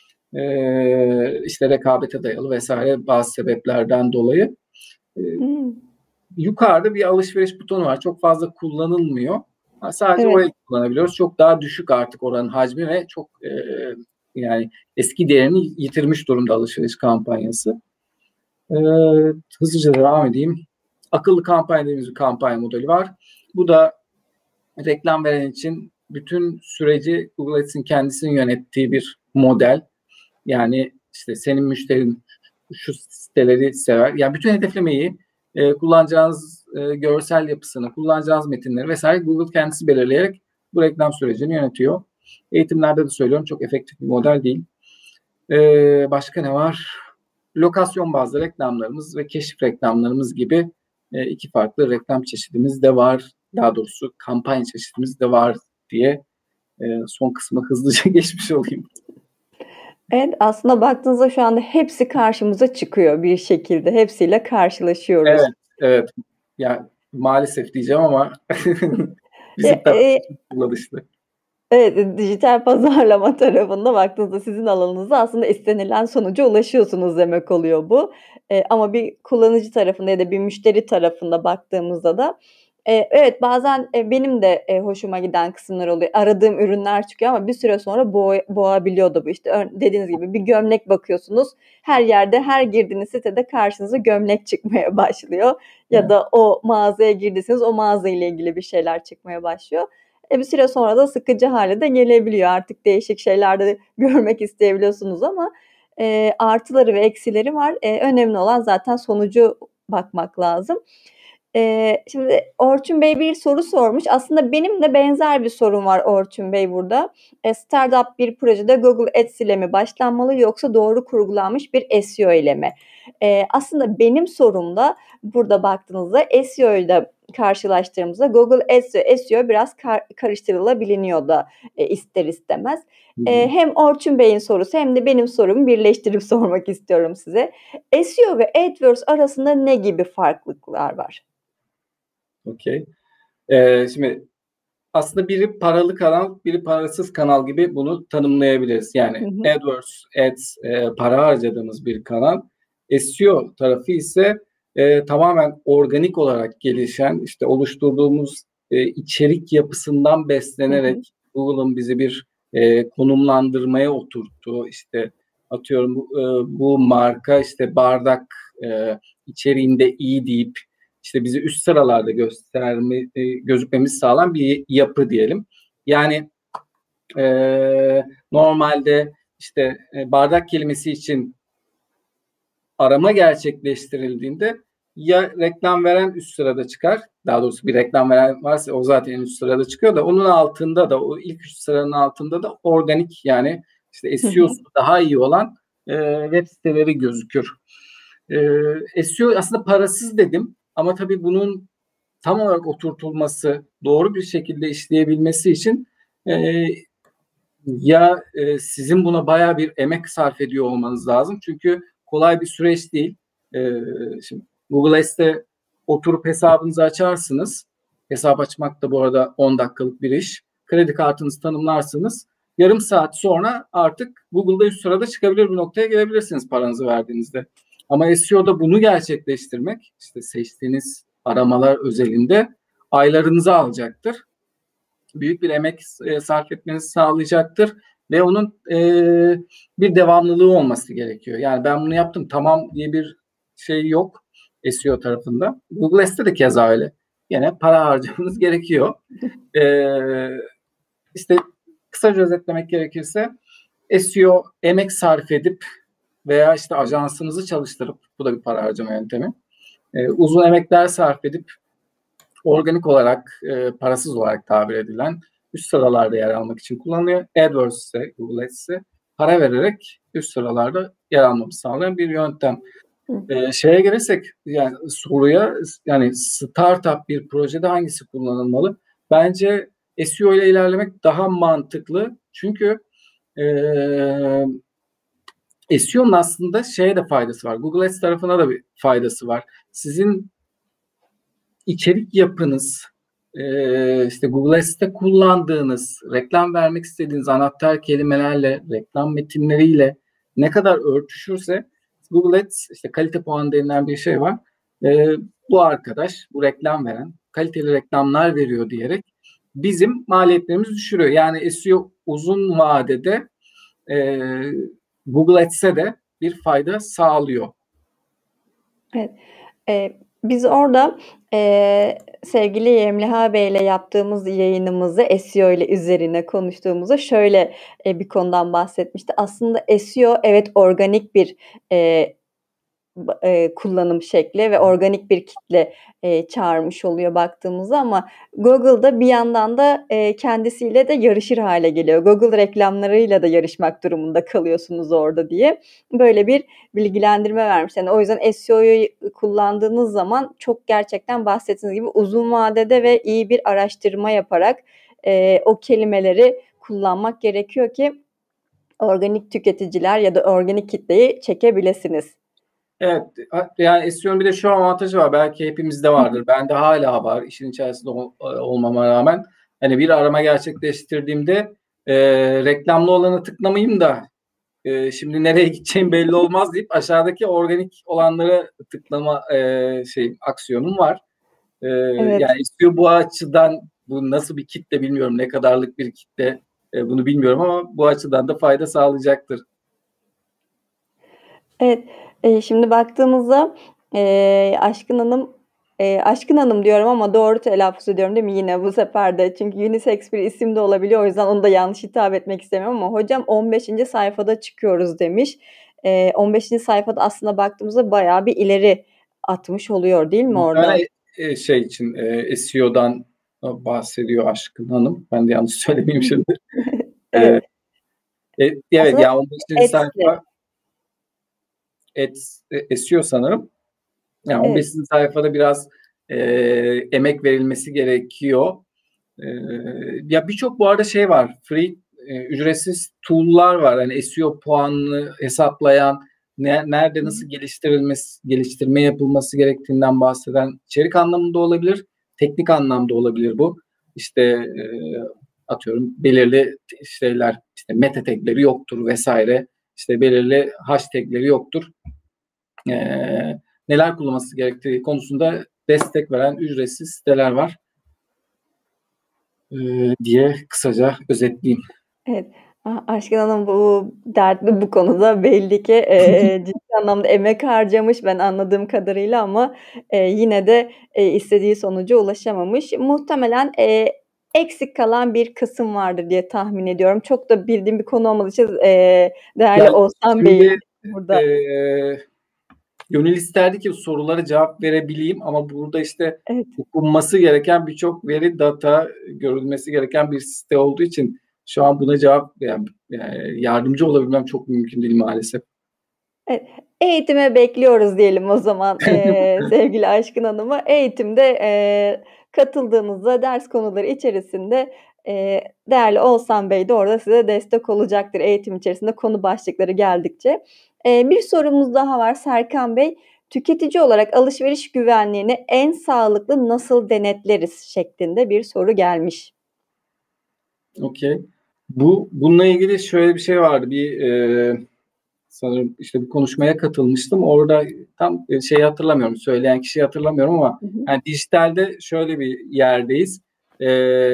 Ee, işte rekabete dayalı vesaire bazı sebeplerden dolayı. Ee, Hmm. Yukarıda bir alışveriş butonu var. Çok fazla kullanılmıyor. Ha, sadece Evet. orayı kullanabiliyoruz. Çok daha düşük artık oranın hacmi ve çok e, yani eski değerini yitirmiş durumda alışveriş kampanyası. Ee, hızlıca devam edeyim. Akıllı kampanya dediğimiz bir kampanya modeli var. Bu da reklam veren için bütün süreci Google Ads'in kendisinin yönettiği bir model. Yani işte senin müşterin şu siteleri sever. Yani bütün hedeflemeyi, e, kullanacağınız e, görsel yapısını, kullanacağınız metinleri vesaire Google kendisi belirleyerek bu reklam sürecini yönetiyor. Eğitimlerde de söylüyorum, çok efektif bir model değil. E, başka ne var? Lokasyon bazlı reklamlarımız ve keşif reklamlarımız gibi e, iki farklı reklam çeşidimiz de var. Daha doğrusu kampanya çeşidimiz de var diye e, son kısmı hızlıca geçmiş olayım. Evet, aslında baktığınızda şu anda hepsi karşımıza çıkıyor bir şekilde. Hepsiyle karşılaşıyoruz. Evet, evet. Ya maalesef diyeceğim ama bizim Ya, eee tarafımız kullanışlı. Evet, dijital pazarlama tarafında baktığınızda sizin alanınızda aslında istenilen sonuca ulaşıyorsunuz demek oluyor bu. Eee, ama bir kullanıcı tarafında ya da bir müşteri tarafında baktığımızda da, eee, evet, bazen, eee, benim de, eee, hoşuma giden kısımlar oluyor. Aradığım ürünler çıkıyor ama bir süre sonra boğ boğabiliyor da bu. İşte ör dediğiniz gibi bir gömlek bakıyorsunuz, her yerde, her girdiğiniz sitede karşınıza gömlek çıkmaya başlıyor ya Evet. da o mağazaya girdiyseniz o mağazayla ilgili bir şeyler çıkmaya başlıyor. E, bir süre sonra da sıkıcı hâle de gelebiliyor. Artık değişik şeyler de görmek isteyebiliyorsunuz ama, eee, artıları ve eksileri var. Eee, önemli olan zaten sonucu bakmak lazım. Eee, şimdi Orçun Bey bir soru sormuş. Aslında benim de benzer bir sorum var Orçun Bey burada. Eee, startup bir projede Google Ads ile mi başlanmalı yoksa doğru kurgulanmış bir S E O ile mi? Eee, aslında benim sorum da burada baktığınızda S E O ile karşılaştırdığımızda Google Ads ve S E O biraz kar karıştırılabiliyor da, eee, ister istemez. Hı Eee, hı. hem Orçun Bey'in sorusu hem de benim sorumu birleştirip sormak istiyorum size. S E O ve AdWords arasında ne gibi farklılıklar var? Okay. Eee, şimdi aslında biri paralı kanal, biri parasız kanal gibi bunu tanımlayabiliriz. Yani Hı hı. AdWords, Ads, e, para harcadığımız bir kanal. S E O tarafı ise e, tamamen organik olarak gelişen, işte oluşturduğumuz e, içerik yapısından Hı beslenerek hı. Google'ın bizi bir e, konumlandırmaya oturttuğu, işte atıyorum bu, e, bu marka işte bardak e, içeriğinde iyi deyip işte bizi üst sıralarda gösterme, e, gözükmemizi sağlayan bir yapı diyelim. Yani e, normalde işte e, bardak kelimesi için arama gerçekleştirildiğinde ya reklam veren üst sırada çıkar. Daha doğrusu bir reklam veren varsa o zaten üst sırada çıkıyor da onun altında da o ilk üst sıranın altında da organik yani işte Hı S E O'su hı. daha iyi olan e, web siteleri gözükür. E, S E O aslında parasız dedim ama tabii bunun tam olarak oturtulması, doğru bir şekilde işleyebilmesi için e, ya e, sizin buna bayağı bir emek sarf ediyor olmanız lazım. Çünkü kolay bir süreç değil. E, şimdi Google Ads'te oturup hesabınızı açarsınız. Hesap açmak da bu arada on dakikalık bir iş. Kredi kartınızı tanımlarsınız. Yarım saat sonra artık Google'da üst sırada çıkabilir bir noktaya gelebilirsiniz paranızı verdiğinizde. Ama S E O'da bunu gerçekleştirmek, işte seçtiğiniz aramalar özelinde aylarınızı alacaktır. büyük bir emek e, sarf etmenizi sağlayacaktır ve onun e, bir devamlılığı olması gerekiyor. Yani ben bunu yaptım tamam diye bir şey yok S E O tarafında. Google Ads'te de keza öyle. Yine para harcamanız gerekiyor. E, işte kısaca özetlemek gerekirse S E O emek sarf edip veya işte ajansınızı çalıştırıp, bu da bir para harcama yöntemi, e, uzun emekler sarf edip organik olarak, e, parasız olarak tabir edilen üst sıralarda yer almak için kullanılıyor. AdWords ise, Google Ads ise para vererek üst sıralarda yer almamızı sağlayan bir yöntem. E, şeye gelirsek, yani soruya, yani startup bir projede hangisi kullanılmalı? Bence S E O ile ilerlemek daha mantıklı. Çünkü e, S E O'nun aslında şeye de faydası var. Google Ads tarafına da bir faydası var. Sizin içerik yapınız, e, işte Google Ads'te kullandığınız, reklam vermek istediğiniz anahtar kelimelerle, reklam metinleriyle ne kadar örtüşürse, Google Ads, işte kalite puanı denilen bir şey var. E, bu arkadaş, bu reklam veren, kaliteli reklamlar veriyor diyerek bizim maliyetlerimizi düşürüyor. Yani S E O uzun vadede e, Google Ads'e de bir fayda sağlıyor. Evet. Ee, biz orada e, sevgili Yemliha Bey ile yaptığımız yayınımızı S E O ile üzerine konuştuğumuzda şöyle e, bir konudan bahsetmişti. Aslında S E O evet organik bir e, e, kullanım şekli ve organik bir kitle e, çağırmış oluyor baktığımızda, ama Google'da bir yandan da e, kendisiyle de yarışır hale geliyor. Google reklamlarıyla da yarışmak durumunda kalıyorsunuz orada diye böyle bir bilgilendirme vermiş. Yani o yüzden S E O'yu kullandığınız zaman çok gerçekten bahsettiğiniz gibi uzun vadede ve iyi bir araştırma yaparak e, o kelimeleri kullanmak gerekiyor ki organik tüketiciler ya da organik kitleyi çekebilirsiniz. Evet, yani S E O'nun bir de şu avantajı var. Belki hepimizde vardır. Bende hala var. İşin içerisinde ol, olmama rağmen. Hani bir arama gerçekleştirdiğimde e, reklamlı olanı tıklamayayım da e, şimdi nereye gideceğim belli olmaz deyip aşağıdaki organik olanlara tıklama e, şey aksiyonum var. E, Evet. Yani S E O bu açıdan, bu nasıl bir kitle bilmiyorum. Ne kadarlık bir kitle e, bunu bilmiyorum ama bu açıdan da fayda sağlayacaktır. Evet, e, şimdi baktığımızda e, Aşkın Hanım, e, Aşkın Hanım diyorum ama doğru telaffuz ediyorum değil mi yine bu sefer de? Çünkü unisex bir isim de olabiliyor, o yüzden onu da yanlış hitap etmek istemiyorum ama hocam on beşinci sayfada çıkıyoruz demiş. E, on beşinci sayfada aslında baktığımızda bayağı bir ileri atmış oluyor değil mi orada? Yani şey için e, S E O'dan bahsediyor Aşkın Hanım. Ben de yanlış söylemeyeyim şimdi. Evet. Ee, e, evet Aslında ya on beşinci Ads'le. sayfa Ads, e, S E O sanırım. Yani on beşinci Evet. sayfada biraz e, emek verilmesi gerekiyor. E, ya birçok bu arada şey var. Free e, ücretsiz tool'lar var. Yani S E O puanını hesaplayan, ne, nerede nasıl geliştirilmesi, geliştirme yapılması gerektiğinden bahseden içerik anlamında olabilir, teknik anlamda olabilir bu. İşte e, atıyorum belirli şeyler, işte meta tagleri yoktur vesaire. İşte belirli hashtagleri yoktur. E, neler kullanması gerektiği konusunda destek veren ücretsiz siteler var e, diye kısaca özetleyeyim. Evet. Aşkın Hanım bu dertli bu konuda belli ki e, ciddi anlamda emek harcamış ben anladığım kadarıyla, ama e, yine de e, istediği sonuca ulaşamamış. Muhtemelen e, eksik kalan bir kısım vardır diye tahmin ediyorum. Çok da bildiğim bir konu olmadığı için e, değerli Yani Oğuzhan Bey şimdi burada. E, gönül isterdi ki sorulara cevap verebileyim ama burada işte Evet. okunması gereken birçok veri, data, görülmesi gereken bir site olduğu için şu an buna cevap yani, yani yardımcı olabilmem çok mümkün değil maalesef. Evet, eğitime bekliyoruz diyelim o zaman eee, sevgili Aşkın Hanım'ı. Eğitimde eee, katıldığınızda ders konuları içerisinde eee, değerli Oğuzhan Bey de orada size destek olacaktır eğitim içerisinde konu başlıkları geldikçe. Eee, bir sorumuz daha var Serkan Bey. Tüketici olarak alışveriş güvenliğini en sağlıklı nasıl denetleriz şeklinde bir soru gelmiş. Okey. Bu bununla ilgili şöyle bir şey vardı. Bir e, sanırım işte bir konuşmaya katılmıştım. Orada tam şeyi hatırlamıyorum, söyleyen kişiyi hatırlamıyorum ama Hı hı. yani dijitalde şöyle bir yerdeyiz. Ee,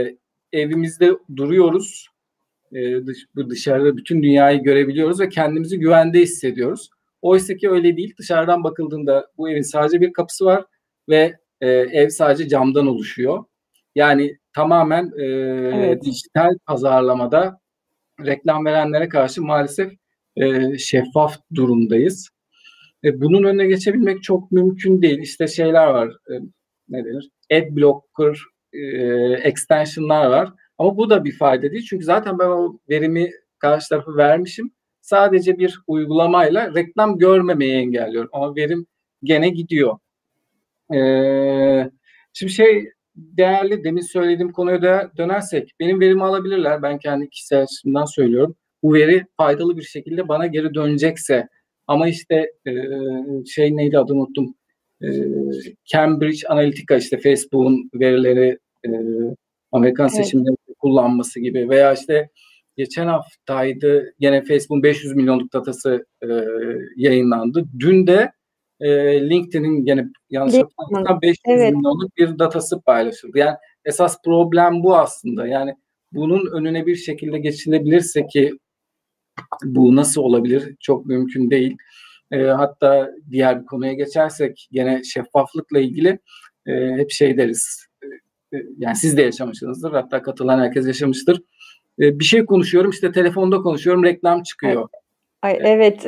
evimizde duruyoruz. E, dış, bu dışarıda bütün dünyayı görebiliyoruz ve kendimizi güvende hissediyoruz. Oysa ki öyle değil. Dışarıdan bakıldığında bu evin sadece bir kapısı var ve e, ev sadece camdan oluşuyor. Yani tamamen e, Evet. dijital pazarlamada reklam verenlere karşı maalesef e, şeffaf durumdayız. E, bunun önüne geçebilmek çok mümkün değil. İşte şeyler var, e, ne denir? Ad blocker e, extension'lar var. Ama bu da bir fayda değil. Çünkü zaten ben o verimi karşı tarafa vermişim. Sadece bir uygulamayla reklam görmemeyi engelliyorum. Ama verim gene gidiyor. E, Şimdi şey değerli, demin söylediğim konuya da dönersek, benim verimi alabilirler. Ben kendi kişisel açımdan söylüyorum. Bu veri faydalı bir şekilde bana geri dönecekse, ama işte e, şey neydi, adını unuttum. E, Cambridge Analytica, işte Facebook'un verileri e, Amerikan Evet. seçimlerinde kullanması gibi, veya işte geçen haftaydı yine Facebook'un beş yüz milyonluk datası e, yayınlandı. Dün de e, LinkedIn'in gene yanlış LinkedIn. hatırlamıyorsam beş yüz Evet. milyonluk bir datası paylaşıldı. Yani esas problem bu aslında. Yani bunun önüne bir şekilde geçilebilirse, ki bu nasıl olabilir? Çok mümkün değil. E, hatta diğer bir konuya geçersek, gene şeffaflıkla ilgili e, hep şey deriz. E, yani siz de yaşamışsınızdır. Hatta katılan herkes yaşamıştır. E, bir şey konuşuyorum, işte telefonda konuşuyorum, reklam Ay, çıkıyor. ay evet.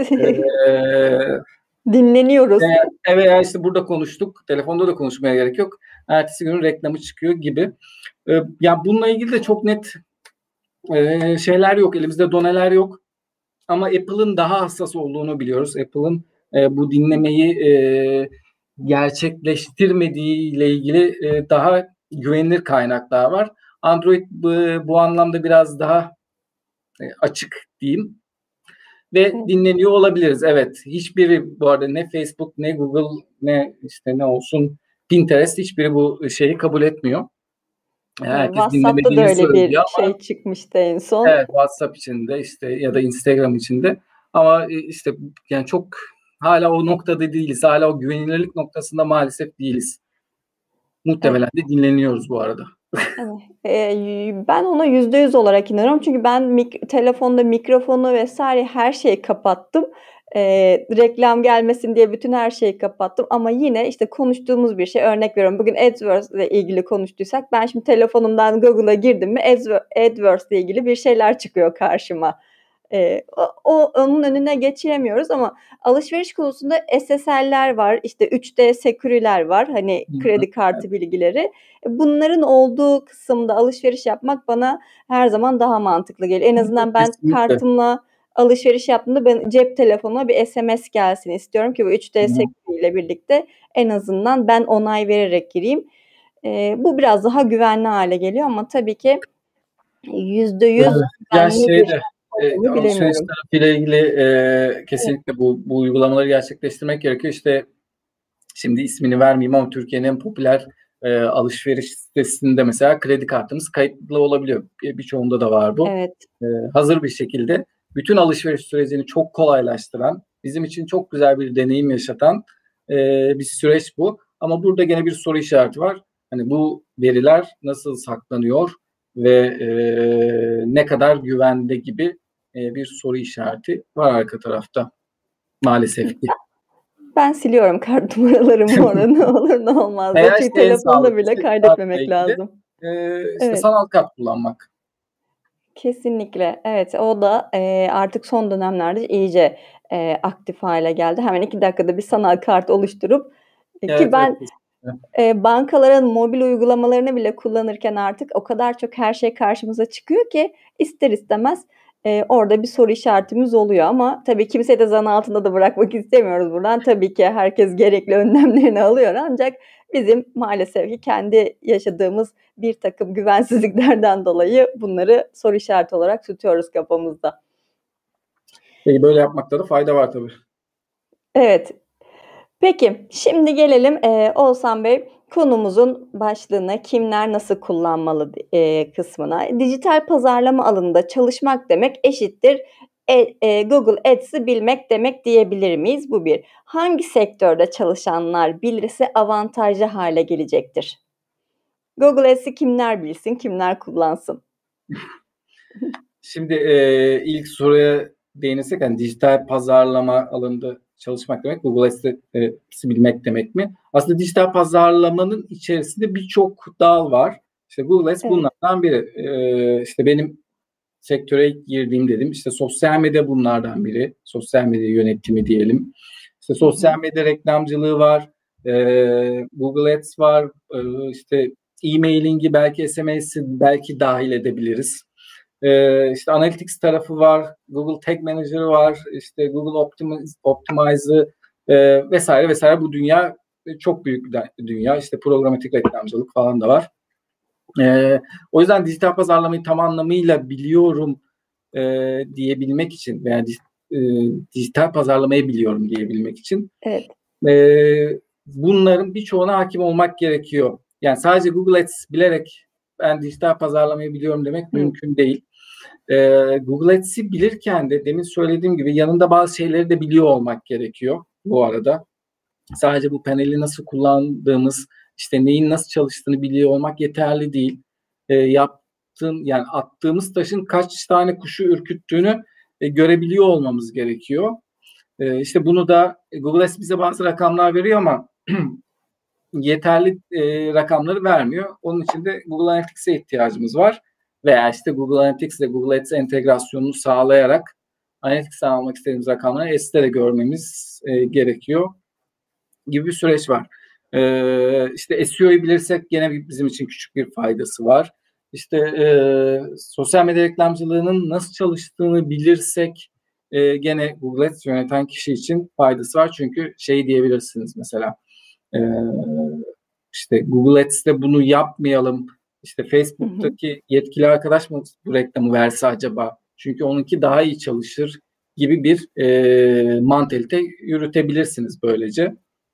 E, Dinleniyoruz. e, veya işte burada konuştuk, telefonda da konuşmaya gerek yok. Ertesi gün reklamı çıkıyor gibi. E, yani bununla ilgili de çok net e, şeyler yok. Elimizde doneler yok. Ama Apple'ın daha hassas olduğunu biliyoruz. Apple'ın e, bu dinlemeyi e, gerçekleştirmediği ile ilgili e, daha güvenilir kaynaklar var. Android bu, bu anlamda biraz daha e, açık diyeyim. Ve Evet. dinleniyor olabiliriz. Evet. Hiçbiri bu arada, ne Facebook, ne Google, ne işte ne olsun Pinterest, hiçbiri bu şeyi kabul etmiyor. Evet, Herkes WhatsApp'ta da dinlemediğini öyle söylüyor bir ama şey çıkmıştı en son. evet, WhatsApp içinde işte ya da Instagram içinde, ama e, işte yani çok hala o noktada değiliz. Hala o güvenilirlik noktasında maalesef değiliz. Evet. Muhtemelen de dinleniyoruz bu arada. Evet. Eee, ben ona yüzde yüz olarak inanıyorum. Çünkü ben mik telefonda mikrofonu vesaire her şeyi kapattım. Eee, reklam gelmesin diye bütün her şeyi kapattım ama yine, işte, konuştuğumuz bir şey, örnek veriyorum, bugün AdWords ile ilgili konuştuysak ben şimdi telefonumdan Google'a girdim mi Adwo AdWords ile ilgili bir şeyler çıkıyor karşıma. Eee, o o onun önüne geçemiyoruz ama alışveriş konusunda S S L'ler var, işte üç D Security'ler var, hani, Hı hı. kredi kartı bilgileri. Bunların olduğu kısımda alışveriş yapmak bana her zaman daha mantıklı geliyor. En azından ben Kesinlikle. kartımla alışveriş yaptığımda ben cep telefonuma bir S M S gelsin istiyorum ki bu üç Hı D hı. Security ile birlikte en azından ben onay vererek gireyim. Eee, bu biraz daha güvenli hâle geliyor ama tabii ki yüzde yüz Evet. Ya güvenli bir şeyde şey e, olduğunu alışveriş bilemiyorum. tarafıyla ilgili e, Evet. kesinlikle bu, bu uygulamaları gerçekleştirmek gerekiyor. İşte şimdi ismini vermeyeyim ama Türkiye'nin en popüler e, alışveriş sitesinde mesela kredi kartımız kayıtlı olabiliyor. Bir- Birçoğunda da var bu. Evet. E, hazır bir şekilde bütün alışveriş sürecini çok kolaylaştıran, bizim için çok güzel bir deneyim yaşatan e, bir süreç bu. Ama burada gene bir soru işareti var. Hani bu veriler nasıl saklanıyor ve e, ne kadar güvende gibi e, bir soru işareti var arka tarafta maalesef ki. Ben siliyorum kart numaralarımı orada ne olur ne olmaz diye. Veya Çünkü işte en telefonda bile sağlıklısı kartla kaydetmemek ilgili lazım. e, işte Evet. sanal kart kullanmak. Kesinlikle. Evet, o da, eee, artık son dönemlerde iyice, eee, aktif hâle geldi. Hemen iki dakikada bir sanal kart oluşturup e, ki Evet, evet. ben, eee, bankaların mobil uygulamalarını bile kullanırken artık o kadar çok her şey karşımıza çıkıyor ki ister istemez, eee, orada bir soru işaretimiz oluyor ama tabii kimseyi de zan altında da bırakmak istemiyoruz buradan. Tabii ki herkes gerekli önlemlerini alıyor ancak bizim maalesef ki kendi yaşadığımız birtakım güvensizliklerden dolayı bunları soru işareti olarak tutuyoruz kafamızda. Peki böyle yapmakta da fayda var tabii. Evet. Peki, şimdi gelelim, eee, Oğuzhan Bey, konumuzun başlığına kimler nasıl kullanmalı di eee, kısmına. Dijital pazarlama alanında çalışmak demek eşittir e eee, Google Ads'i bilmek demek diyebilir miyiz? Bu bir. Hangi sektörde çalışanlar bilirse avantajlı hâle gelecektir? Google Ads'i kimler bilsin, kimler kullansın? Şimdi e, ilk soruya değinirsek, hani dijital pazarlama alanında çalışmak demek, Google Ads'i e, bilmek demek mi? Aslında dijital pazarlamanın içerisinde birçok dal var. İşte Google Ads Evet. bunlardan biri. E, işte benim sektöre ilk girdiğim dedim. İşte sosyal medya bunlardan biri. Sosyal medya yönetimi diyelim. İşte sosyal medya reklamcılığı var. E, Google Ads var. E, işte e-mailing'i, belki S M S'i belki dahil edebiliriz. Ee, işte Analytics tarafı var, Google Tag Manager'ı var, işte Google Optimize, Optimize'ı e, vesaire vesaire. Bu dünya çok büyük bir dünya. İşte programatik reklamcılık falan da var. Ee, o yüzden dijital pazarlamayı tam anlamıyla biliyorum e, diyebilmek için veya e, dijital pazarlamayı biliyorum diyebilmek için Evet. e, bunların birçoğuna hakim olmak gerekiyor. Yani sadece Google Ads bilerek ben dijital pazarlamayı biliyorum demek Hı. mümkün değil. Ee, Google Ads'i bilirken de demin söylediğim gibi yanında bazı şeyleri de biliyor olmak gerekiyor bu arada. Sadece bu paneli nasıl kullandığımız, işte neyin nasıl çalıştığını biliyor olmak yeterli değil. Ee, yaptığın, yani attığımız taşın kaç tane kuşu ürküttüğünü e, görebiliyor olmamız gerekiyor. E, işte bunu da Google Ads bize bazı rakamlar veriyor ama yeterli e, rakamları vermiyor. Onun için de Google Analytics'e ihtiyacımız var. Veya işte Google Analytics ile Google Ads entegrasyonunu sağlayarak Analytics'ten almak istediğimiz rakamları Ads'te de görmemiz e, gerekiyor gibi bir süreç var. E, işte S E O'yu bilirsek gene bizim için küçük bir faydası var. İşte e, sosyal medya reklamcılığının nasıl çalıştığını bilirsek e, gene Google Ads yöneten kişi için faydası var. Çünkü şey diyebilirsiniz mesela, e, işte Google Ads'te bunu yapmayalım, İşte Facebook'taki hı hı. yetkili arkadaş mı bu reklamı verse acaba? Çünkü onunki daha iyi çalışır gibi bir e, mantalite yürütebilirsiniz böylece.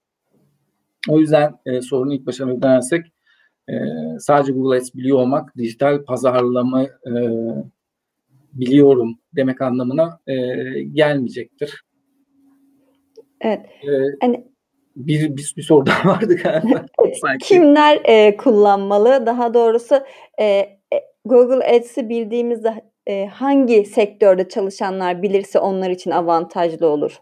O yüzden e, sorunun ilk başına dönersek e, sadece Google Ads biliyor olmak dijital pazarlama e, biliyorum demek anlamına e, gelmeyecektir. Evet. E, hani bir, bir, bir soru daha vardı galiba. Sanki. Kimler e, kullanmalı? Daha doğrusu e, Google Ads'i bildiğimizde e, hangi sektörde çalışanlar bilirse onlar için avantajlı olur?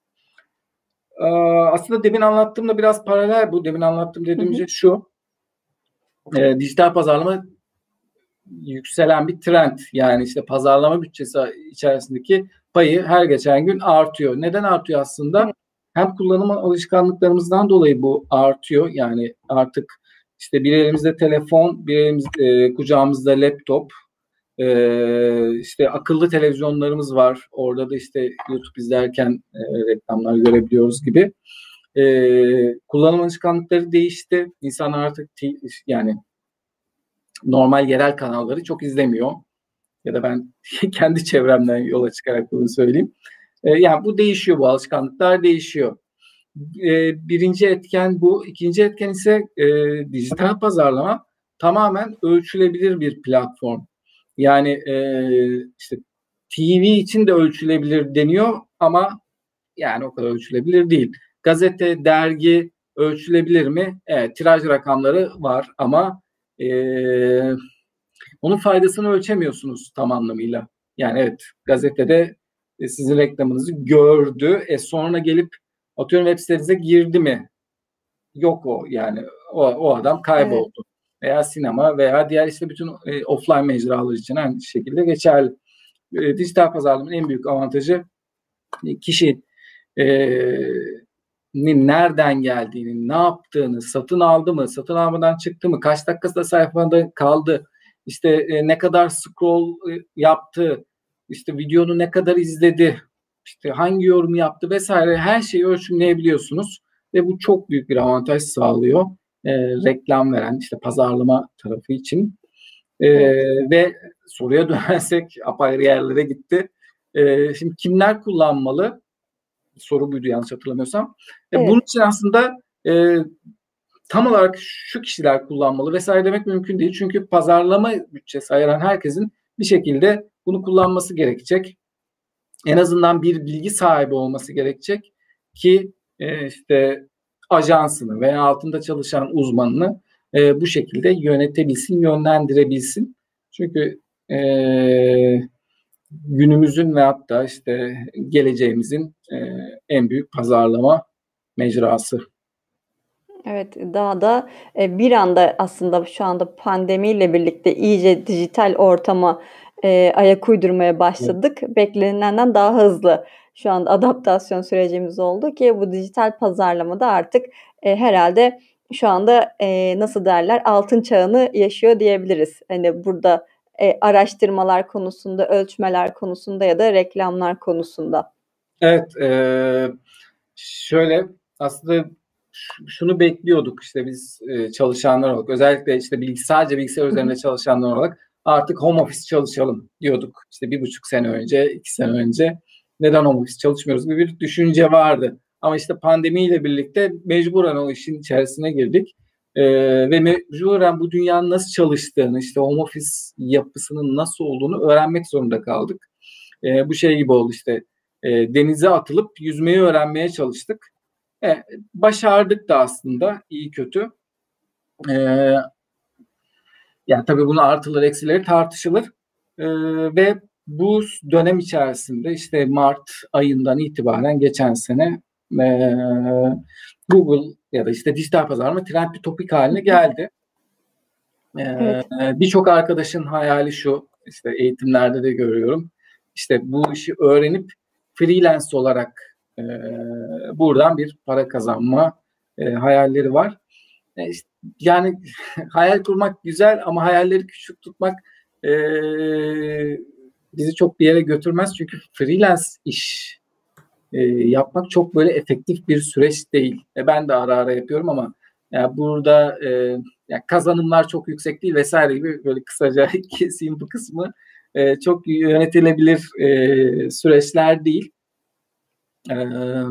Ee, aslında demin anlattığımla biraz paralel bu. Demin anlattığım dediğim şey şu. E, dijital pazarlama yükselen bir trend. Yani işte pazarlama bütçesi içerisindeki payı her geçen gün artıyor. Neden artıyor aslında? Evet. Hem kullanım alışkanlıklarımızdan dolayı bu artıyor. Yani artık işte bir elimizde telefon, bir elimizde e, kucağımızda laptop, e, işte akıllı televizyonlarımız var. Orada da işte YouTube izlerken e, reklamlar görebiliyoruz gibi. E, kullanım alışkanlıkları değişti. İnsanlar artık yani normal yerel kanalları çok izlemiyor. Ya da ben kendi çevremden yola çıkarak bunu söyleyeyim. E, yani bu değişiyor, bu alışkanlıklar değişiyor. E, birinci etken bu. İkinci etken ise e, dijital pazarlama tamamen ölçülebilir bir platform. Yani e, işte T V için de ölçülebilir deniyor ama yani o kadar ölçülebilir değil. Gazete, dergi ölçülebilir mi? Evet, tiraj rakamları var ama e, onun faydasını ölçemiyorsunuz tam anlamıyla. Yani evet, gazetede e, sizin reklamınızı gördü. E sonra gelip atıyorum web sitenize girdi mi? Yok o yani. O, o adam kayboldu. Evet. Veya sinema veya diğer işte bütün e, offline mecralar için aynı şekilde geçerli. E, dijital pazarlamanın en büyük avantajı e, kişi e, nereden geldiğini, ne yaptığını, satın aldı mı, satın almadan çıktı mı, kaç dakikası da sayfada kaldı, işte e, ne kadar scroll e, yaptı, işte videonu ne kadar izledi, işte hangi yorum yaptı vesaire, her şeyi ölçümleyebiliyorsunuz ve bu çok büyük bir avantaj sağlıyor e, reklam veren işte pazarlama tarafı için. E, evet. Ve soruya dönersek apayrı yerlere gitti. E, şimdi kimler kullanmalı? Soru buydu yanlış hatırlamıyorsam. Evet. Bunun için aslında e, tam olarak şu kişiler kullanmalı vesaire demek mümkün değil. Çünkü pazarlama bütçesi ayıran herkesin bir şekilde bunu kullanması gerekecek. En azından bir bilgi sahibi olması gerekecek ki e, işte ajansını veya altında çalışan uzmanını e, bu şekilde yönetebilsin, yönlendirebilsin. Çünkü e, günümüzün ve hatta işte geleceğimizin e, en büyük pazarlama mecrası. Evet, daha da, eee, bir anda aslında şu anda pandemiyle birlikte iyice dijital ortama, eee, ayak uydurmaya Evet. başladık. Beklenilenden daha hızlı şu anda adaptasyon sürecimiz oldu ki bu dijital pazarlamada artık, eee, herhâlde şu anda, eee, nasıl derler, altın çağını yaşıyor diyebiliriz. Hani, burada, eee, araştırmalar konusunda, ölçmeler konusunda ya da reklamlar konusunda. Evet, eee, şöyle, aslında ş şunu bekliyorduk, işte, biz, eee, çalışanlar olarak, özellikle, işte, bilgi sadece bilgisayar Hı hı. üzerinde çalışanlar olarak artık home office çalışalım diyorduk. İşte, bir buçuk sene önce, iki sene önce neden home office çalışmıyoruz gibi bir düşünce vardı. Ama, işte, pandemiyle birlikte mecburen o işin içerisine girdik, eee, ve mecburen bu dünyanın nasıl çalıştığını, işte, home office yapısının nasıl olduğunu öğrenmek zorunda kaldık. Eee, bu şey gibi oldu, işte, eee, denize atılıp yüzmeyi öğrenmeye çalıştık. E, başardık da aslında iyi kötü. Eee, yani tabii bunun artıları eksileri tartışılır. Eee, ve bu dönem içerisinde işte Mart ayından itibaren geçen sene eee, Google ya da işte dijital pazarlama trend bir topik Hı haline hı. geldi. Eee, Evet. birçok arkadaşın hayali şu, işte eğitimlerde de görüyorum. İşte bu işi öğrenip freelance olarak eee, buradan bir para kazanma eee, hayalleri var. E, işte, yani hayal kurmak güzel ama hayalleri küçük tutmak eee, bizi çok bir yere götürmez. Çünkü freelance iş eee, yapmak çok böyle efektif bir süreç değil. E, ben de ara ara yapıyorum ama ya burada eee, ya kazanımlar çok yüksek değil vesaire gibi böyle kısaca keseyim bu kısmı. Eee, çok yönetilebilir eee, süreçler değil. Eee,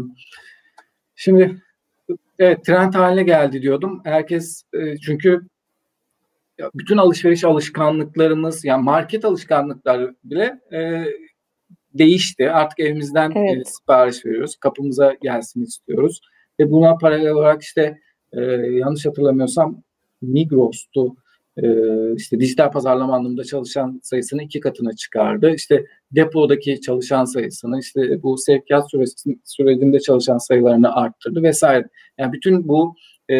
şimdi evet trend haline geldi diyordum. Herkes eee, çünkü ya bütün alışveriş alışkanlıklarımız, yani market alışkanlıkları bile e, değişti. Artık evimizden e, Evet. sipariş veriyoruz. Kapımıza gelsin istiyoruz. Ve buna paralel olarak işte e, yanlış hatırlamıyorsam Migros'tu. E, işte dijital pazarlama anlamında çalışan sayısını iki katına çıkardı. İşte depodaki çalışan sayısını, işte bu sevkiyat süresi, sürecinde çalışan sayılarını arttırdı vesaire. Yani bütün bu e,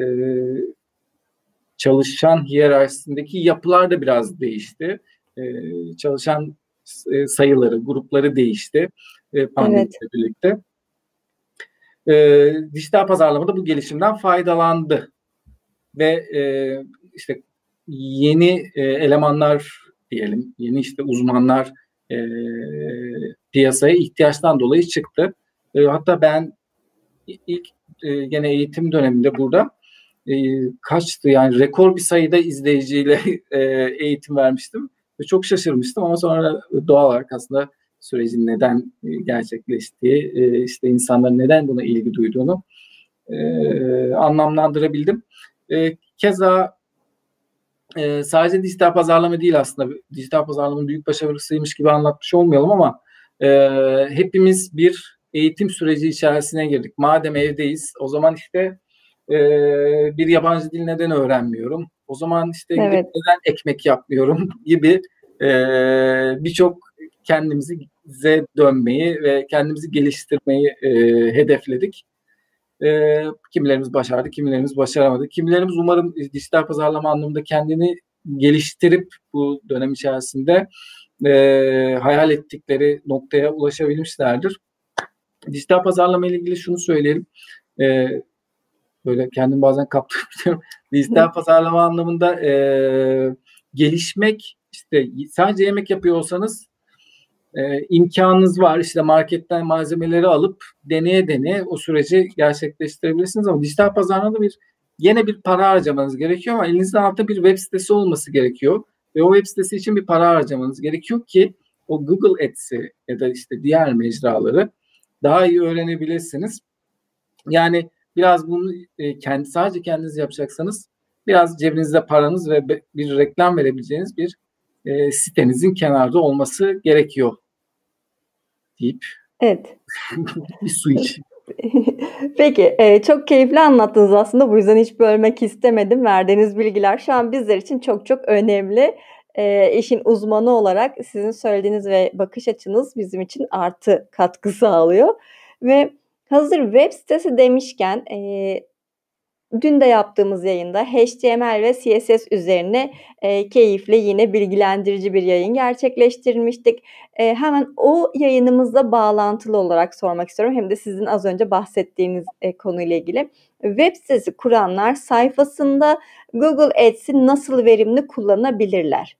çalışan hiyerarşisindeki yapılar da biraz değişti. E, çalışan e, sayıları, grupları değişti e, Evet. pandemiyle birlikte. E, dijital pazarlamada bu gelişimden faydalandı ve e, işte yeni e, elemanlar diyelim, yeni işte uzmanlar e, piyasaya ihtiyaçtan dolayı çıktı. E, hatta ben ilk e, gene eğitim döneminde burada e, kaçtı yani rekor bir sayıda izleyiciyle e, eğitim vermiştim ve çok şaşırmıştım ama sonra doğal olarak aslında sürecin neden e, gerçekleştiği, e, işte insanların neden buna ilgi duyduğunu e, anlamlandırabildim. E, keza e, sadece dijital pazarlama değil aslında. Dijital pazarlamanın büyük başarısıymış gibi anlatmış olmayalım ama e, hepimiz bir eğitim süreci içerisine girdik. Madem evdeyiz, o zaman işte e, bir yabancı dil neden öğrenmiyorum? O zaman işte gidip Evet. neden ekmek yapmıyorum gibi e, birçok kendimize dönmeyi ve kendimizi geliştirmeyi e, hedefledik. E, kimilerimiz başardı, kimilerimiz başaramadı. Kimilerimiz umarım dijital pazarlama anlamında kendini geliştirip bu dönem içerisinde e, hayal ettikleri noktaya ulaşabilmişlerdir. Dijital pazarlama ile ilgili şunu söyleyelim. E, böyle kendim bazen kaptırıyorum. Dijital pazarlama anlamında e, gelişmek, işte sadece yemek yapıyor olsanız e, imkanınız var. İşte marketten malzemeleri alıp deneye deneye o süreci gerçekleştirebilirsiniz ama dijital pazarlamada bir yine bir para harcamanız gerekiyor ama elinizde altında bir web sitesi olması gerekiyor ve o web sitesi için bir para harcamanız gerekiyor ki o Google Ads'i ya da işte diğer mecraları daha iyi öğrenebilirsiniz. Yani biraz bunu e, kendi sadece kendiniz yapacaksanız biraz cebinizde paranız ve bir reklam verebileceğiniz bir e, sitenizin kenarda olması gerekiyor deyip Evet. bir su iç. Peki, eee, çok keyifli anlattınız aslında. Bu yüzden hiç bölmek istemedim. Verdiğiniz bilgiler şu an bizler için çok çok önemli. Eee, işin uzmanı olarak sizin söylediğiniz ve bakış açınız bizim için artı katkı sağlıyor ve hazır web sitesi demişken, eee, dün de yaptığımız yayında H T M L ve C S S üzerine, eee, keyifli, yine bilgilendirici bir yayın gerçekleştirmiştik. Eee, hemen o yayınımızla bağlantılı olarak sormak istiyorum. Hem de sizin az önce bahsettiğiniz, eee, konuyla ilgili. Web sitesi kuranlar sayfasında Google Ads'i nasıl verimli kullanabilirler?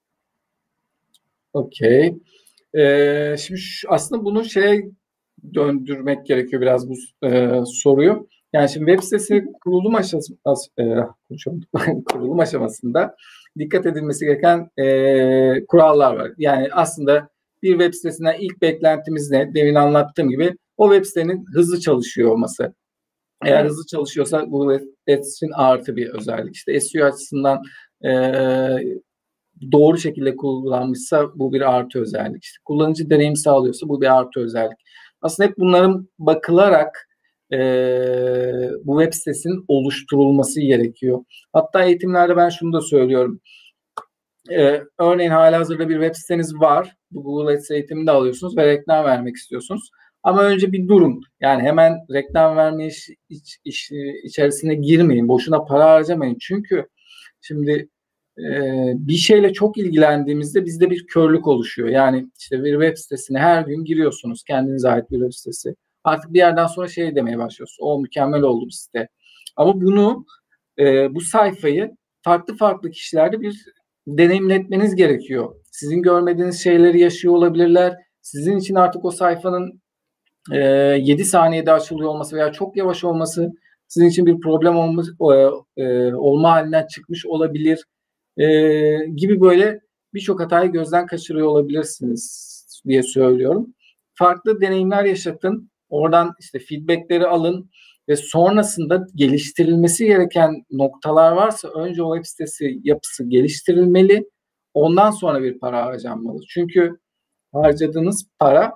Okay. Eee, şimdi şu aslında bunu şeye döndürmek gerekiyor biraz bu eee, soruyu. Yani şimdi web Hı sitesi hı. kurulum aşaması as eee, konuşamadım. Kurulum aşamasında dikkat edilmesi gereken eee, kurallar var. Yani aslında bir web sitesinden ilk beklentimiz ne? Demin anlattığım gibi o web sitenin hızlı çalışıyor olması. Eğer Evet. hızlı çalışıyorsa Google Ads'in artı bir özellik. İşte S E O açısından eee, doğru şekilde kullanmışsa bu bir artı özellik. İşte kullanıcı deneyim sağlıyorsa bu bir artı özellik. Aslında hep bunların bakılarak e, bu web sitesinin oluşturulması gerekiyor. Hatta eğitimlerde ben şunu da söylüyorum. E, örneğin halihazırda bir web siteniz var. Bu Google Ads eğitimini de alıyorsunuz ve reklam vermek istiyorsunuz. Ama önce bir durun. Yani hemen reklam verme iş, iç, iş, içerisine girmeyin. Boşuna para harcamayın. Çünkü şimdi ee, bir şeyle çok ilgilendiğimizde bizde bir körlük oluşuyor. Yani işte bir web sitesine her gün giriyorsunuz. Kendinize ait bir web sitesi. Artık bir yerden sonra şey demeye başlıyorsunuz. O mükemmel oldu bu site. Ama bunu e, bu sayfayı farklı farklı kişilerde bir deneyimletmeniz gerekiyor. Sizin görmediğiniz şeyleri yaşıyor olabilirler. Sizin için artık o sayfanın e, yedi saniyede açılıyor olması veya çok yavaş olması sizin için bir problem olması, e, olma halinden çıkmış olabilir e, gibi böyle birçok hatayı gözden kaçırıyor olabilirsiniz diye söylüyorum. Farklı deneyimler yaşatın, oradan işte feedbackleri alın ve sonrasında geliştirilmesi gereken noktalar varsa önce o web sitesi yapısı geliştirilmeli, ondan sonra bir para harcanmalı. Çünkü harcadığınız para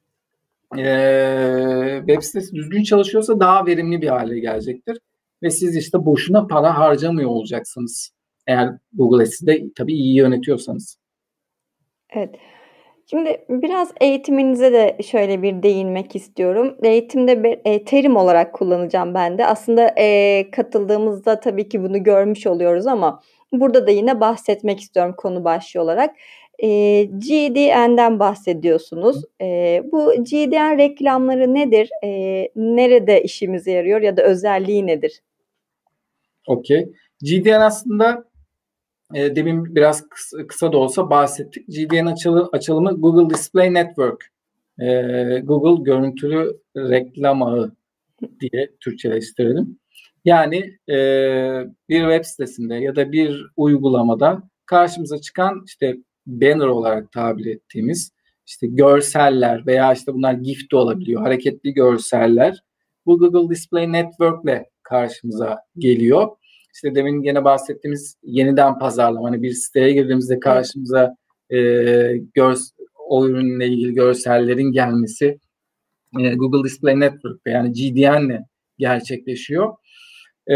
e, web sitesi düzgün çalışıyorsa daha verimli bir hale gelecektir. Ve siz işte boşuna para harcamıyor olacaksınız. Eğer Google Ads'i de tabii iyi yönetiyorsanız. Evet. Şimdi biraz eğitiminize de şöyle bir değinmek istiyorum. Eğitimde bir, eee, terim olarak kullanacağım ben de. Aslında, eee, katıldığımızda tabii ki bunu görmüş oluyoruz ama burada da yine bahsetmek istiyorum konu başlığı olarak. Eee, G D N'den bahsediyorsunuz. Eee, bu G D N reklamları nedir? Eee, nerede işimize yarıyor ya da özelliği nedir? Okey. G D N aslında e, demin biraz kısa, kısa da olsa bahsettik. G D N açılı, açılımı Google Display Network. E, Google Görüntülü Reklam Ağı diye Türkçeleştirelim. Yani e, bir web sitesinde ya da bir uygulamada karşımıza çıkan işte banner olarak tabir ettiğimiz işte görseller veya işte bunlar GIF de olabiliyor. Hareketli görseller bu Google Display Network ile karşımıza geliyor. İşte demin yine bahsettiğimiz yeniden pazarlama. Hani bir siteye girdiğimizde Evet. karşımıza e, görs o ürünle ilgili görsellerin gelmesi e, Google Display Network yani G D N ile gerçekleşiyor. E,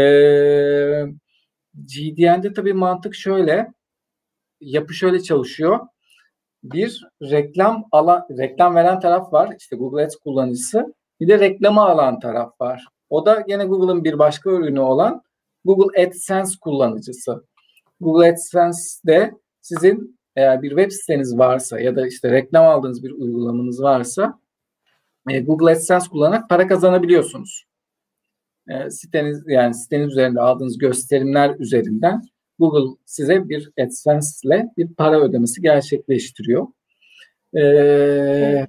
G D N'de tabii mantık şöyle, yapı şöyle çalışıyor. Bir reklam alan, reklam veren taraf var, işte Google Ads kullanıcısı. Bir de reklamı alan taraf var. O da yine Google'ın bir başka ürünü olan Google AdSense kullanıcısı. Google AdSense'de sizin eğer bir web siteniz varsa ya da işte reklam aldığınız bir uygulamanız varsa e, Google AdSense kullanarak para kazanabiliyorsunuz. E, siteniz yani siteniz üzerinde aldığınız gösterimler üzerinden Google size bir AdSense ile bir para ödemesi gerçekleştiriyor. E, Evet.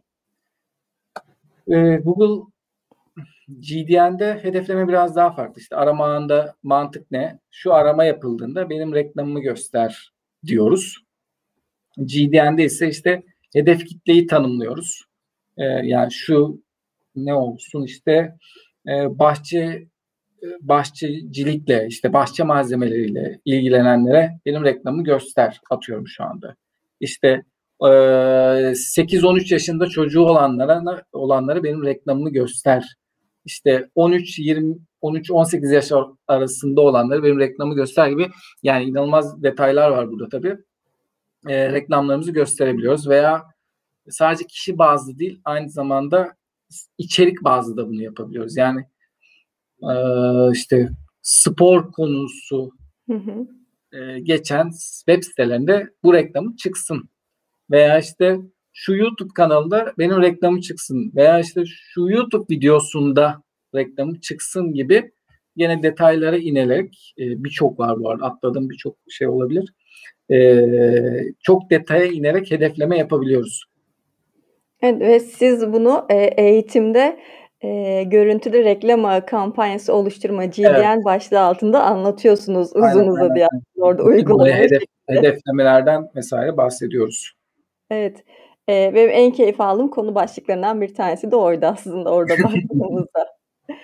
e, Google G D N'de hedefleme biraz daha farklı. İşte arama ağında mantık ne? Şu arama yapıldığında benim reklamımı göster diyoruz. G D N'de ise işte hedef kitleyi tanımlıyoruz. E, yani şu ne olsun işte e, bahçe bahçecilikle işte bahçe malzemeleriyle ilgilenenlere benim reklamı göster atıyorum şu anda. İşte sekiz on üç yaşında çocuğu olanlara olanlara benim reklamımı göster işte on üç yirmi on üç on sekiz yaş arasında olanları benim reklamı göster gibi, yani inanılmaz detaylar var burada tabii. E, reklamlarımızı gösterebiliyoruz veya sadece kişi bazlı değil, aynı zamanda içerik bazlı da bunu yapabiliyoruz. Yani e, işte spor konusu Hı hı. e, geçen web sitelerinde bu reklamı çıksın veya işte şu YouTube kanalında benim reklamı çıksın veya işte şu YouTube videosunda reklamı çıksın gibi yine detaylara inerek, e, birçok var bu arada, atladığım birçok şey olabilir. E, çok detaya inerek hedefleme yapabiliyoruz. Evet ve siz bunu e, eğitimde e, görüntülü reklam ağı kampanyası oluşturma Evet. G D N başlığı altında anlatıyorsunuz Aynen, uzun aynen. uzadıya orada Bütün böyle uygulamalı hedef, şekilde. hedeflemelerden vesaire bahsediyoruz. Evet. Eee, benim en keyif aldığım konu başlıklarından bir tanesi de oydu aslında orada baktığımızda.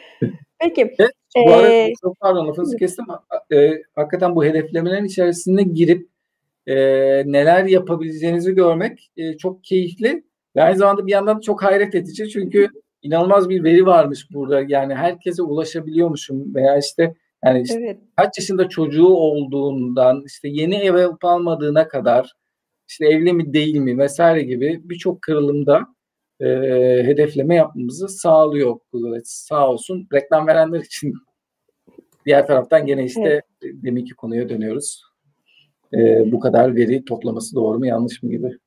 Peki, Evet, bu arada eee çok pardon lafınızı kestim. E, hakikaten bu hedeflemelerin içerisine girip e, neler yapabileceğinizi görmek e, çok keyifli ve aynı zamanda bir yandan çok hayret edici, çünkü inanılmaz bir veri varmış burada. Yani herkese ulaşabiliyormuşum veya işte yani işte Evet. kaç yaşında çocuğu olduğundan işte yeni ev alıp almadığına kadar, işte evli mi değil mi vesaire gibi birçok kırılımda e, hedefleme yapmamızı sağlıyor Google Ads. Sağ olsun reklam verenler için. Diğer taraftan gene işte Evet. e, deminki konuya dönüyoruz. E, bu kadar veri toplaması doğru mu yanlış mı gibi.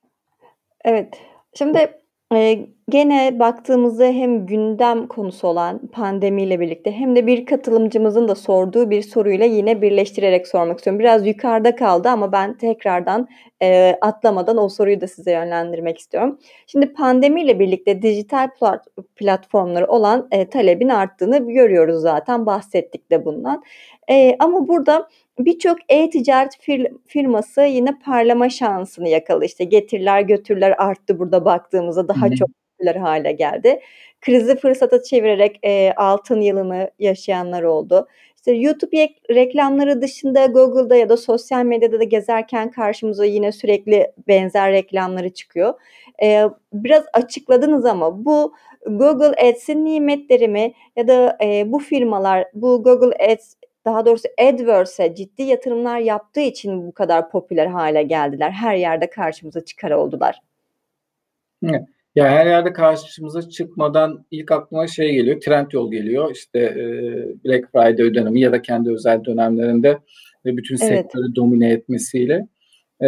Evet. Şimdi, eee, gene baktığımızda hem gündem konusu olan pandemiyle birlikte hem de bir katılımcımızın da sorduğu bir soruyla yine birleştirerek sormak istiyorum. Biraz yukarıda kaldı ama ben tekrardan, eee, atlamadan o soruyu da size yönlendirmek istiyorum. Şimdi pandemiyle birlikte dijital plat platformlara olan, eee, talebin arttığını görüyoruz zaten, bahsettik de bundan. Eee, ama burada birçok e-ticaret fir firması yine parlama şansını yakaladı. İşte getiriler götürüler arttı burada baktığımızda Hı daha hı. çok popüler hâle geldi. Krizi fırsata çevirerek, eee, altın yılını yaşayanlar oldu. İşte YouTube yek reklamları dışında Google'da ya da sosyal medyada da gezerken karşımıza yine sürekli benzer reklamları çıkıyor. Eee, biraz açıkladınız ama bu Google Ads'in nimetleri mi ya da, eee, bu firmalar bu Google Ads daha doğrusu AdWords'e ciddi yatırımlar yaptığı için bu kadar popüler hâle geldiler. Her yerde karşımıza çıkar oldular. Evet. Ya her yerde karşımıza çıkmadan ilk aklıma şey geliyor, Trendyol geliyor. İşte e, Black Friday dönemi ya da kendi özel dönemlerinde ve bütün Evet. sektörü domine etmesiyle. E,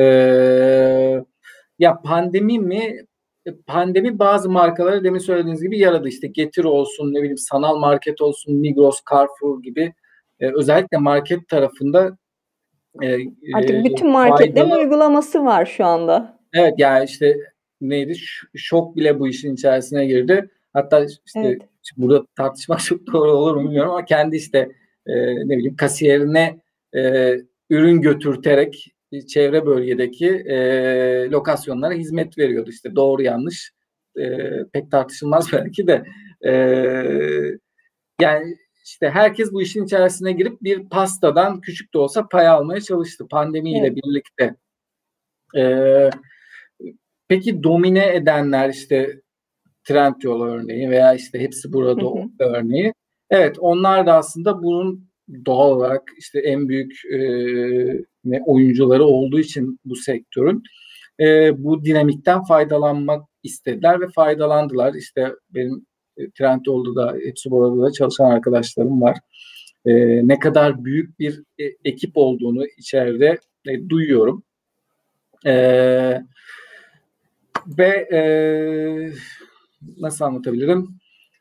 ya pandemi mi? E, Pandemi bazı markaları demin söylediğiniz gibi yaradı. İşte Getir olsun, ne bileyim sanal market olsun, Migros, Carrefour gibi e, özellikle market tarafında e, e, Artık bütün marketlerin faydalı. uygulaması var şu anda. Evet, yani işte neydi? Ş- Şok bile bu işin içerisine girdi. Hatta işte Evet. burada tartışmak çok doğru olur mu bilmiyorum ama kendi işte e, ne bileyim kasiyerine e, ürün götürterek çevre bölgedeki e, lokasyonlara hizmet veriyordu. İşte doğru yanlış e, pek tartışılmaz belki de. E, yani işte herkes bu işin içerisine girip bir pastadan küçük de olsa pay almaya çalıştı pandemiyle Evet. birlikte. E, Peki domine edenler, işte Trendyol örneği veya işte hepsi Hı burada hı. örneği. Evet, onlar da aslında bunun doğal olarak işte en büyük e, oyuncuları olduğu için bu sektörün e, bu dinamikten faydalanmak istediler ve faydalandılar. İşte benim e, Trendyol'da da hepsi burada da çalışan arkadaşlarım var. E, ne kadar büyük bir e, ekip olduğunu içeride e, duyuyorum. E, ve e, nasıl anlatabilirim?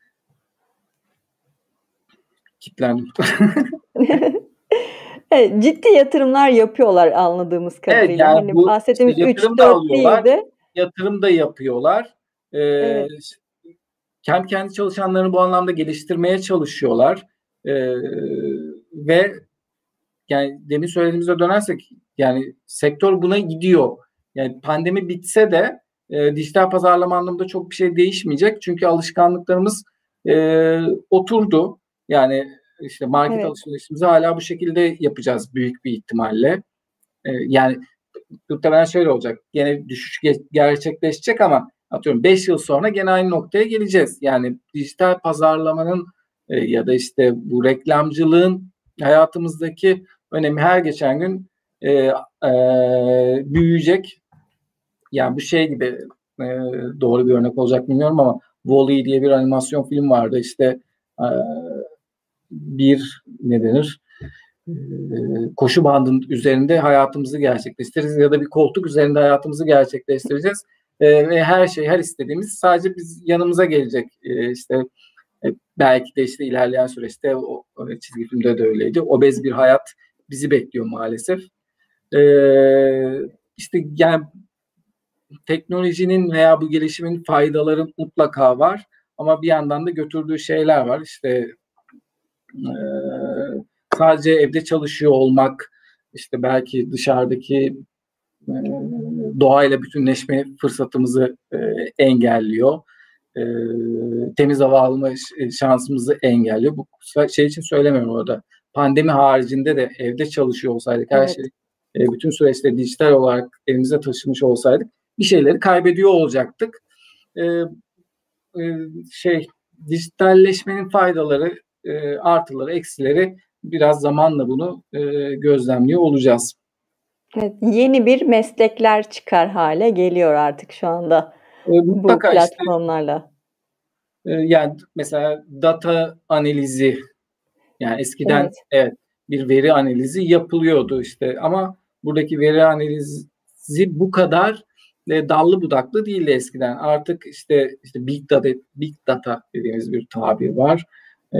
Kitlendim. Evet, ciddi yatırımlar yapıyorlar anladığımız Evet, kadarıyla. yani Hani bu işte bahsettiğimiz üç yatırım da dört değil alıyorlar, de yatırım da yapıyorlar. Ee, Evet. kendi kendi çalışanlarını bu anlamda geliştirmeye çalışıyorlar. Ee, ve yani demin söylediğimize dönersek yani sektör buna gidiyor. Yani pandemi bitse de e, dijital pazarlama anlamında çok bir şey değişmeyecek. Çünkü alışkanlıklarımız e, oturdu. Yani işte market Evet. alışverişimizi hala bu şekilde yapacağız büyük bir ihtimalle. E, yani muhtemelen şöyle olacak. Yine düşüş ge- gerçekleşecek ama atıyorum beş yıl sonra gene aynı noktaya geleceğiz. Yani dijital pazarlamanın e, ya da işte bu reklamcılığın hayatımızdaki önemi her geçen gün e, e, büyüyecek. Yani bu şey gibi, e, doğru bir örnek olacak bilmiyorum ama Wall-E diye bir animasyon film vardı. İşte e, bir ne denir? E, koşu bandının üzerinde hayatımızı gerçekleştiririz ya da bir koltuk üzerinde hayatımızı gerçekleştireceğiz. E, ve her şey, her istediğimiz sadece biz yanımıza gelecek. E, işte e, belki de işte ilerleyen süreçte o, o çizgi filmde de öyleydi. Obez bir hayat bizi bekliyor maalesef. E, işte yani teknolojinin veya bu gelişimin faydaları mutlaka var ama bir yandan da götürdüğü şeyler var. İşte e, sadece evde çalışıyor olmak, işte belki dışarıdaki e, doğayla bütünleşme fırsatımızı e, engelliyor. E, temiz hava alma şansımızı engelliyor. Bu şey için söylemiyorum orada. Pandemi haricinde de evde çalışıyor olsaydık, her Evet. şey e, bütün süreçte dijital olarak elimize taşımış olsaydık bir şeyleri kaybediyor olacaktık. E, e, şey dijitalleşmenin faydaları, e, artıları, eksileri biraz zamanla bunu e, gözlemliyor olacağız. Evet, yeni bir meslekler çıkar hale geliyor artık şu anda E, bu mutlaka işte platformlarla. e, yani mesela data analizi, yani eskiden Evet, evet bir veri analizi yapılıyordu işte ama buradaki veri analizi bu kadar e, dallı budaklı değildi eskiden. Artık işte işte big data big data dediğimiz bir tabir var. E,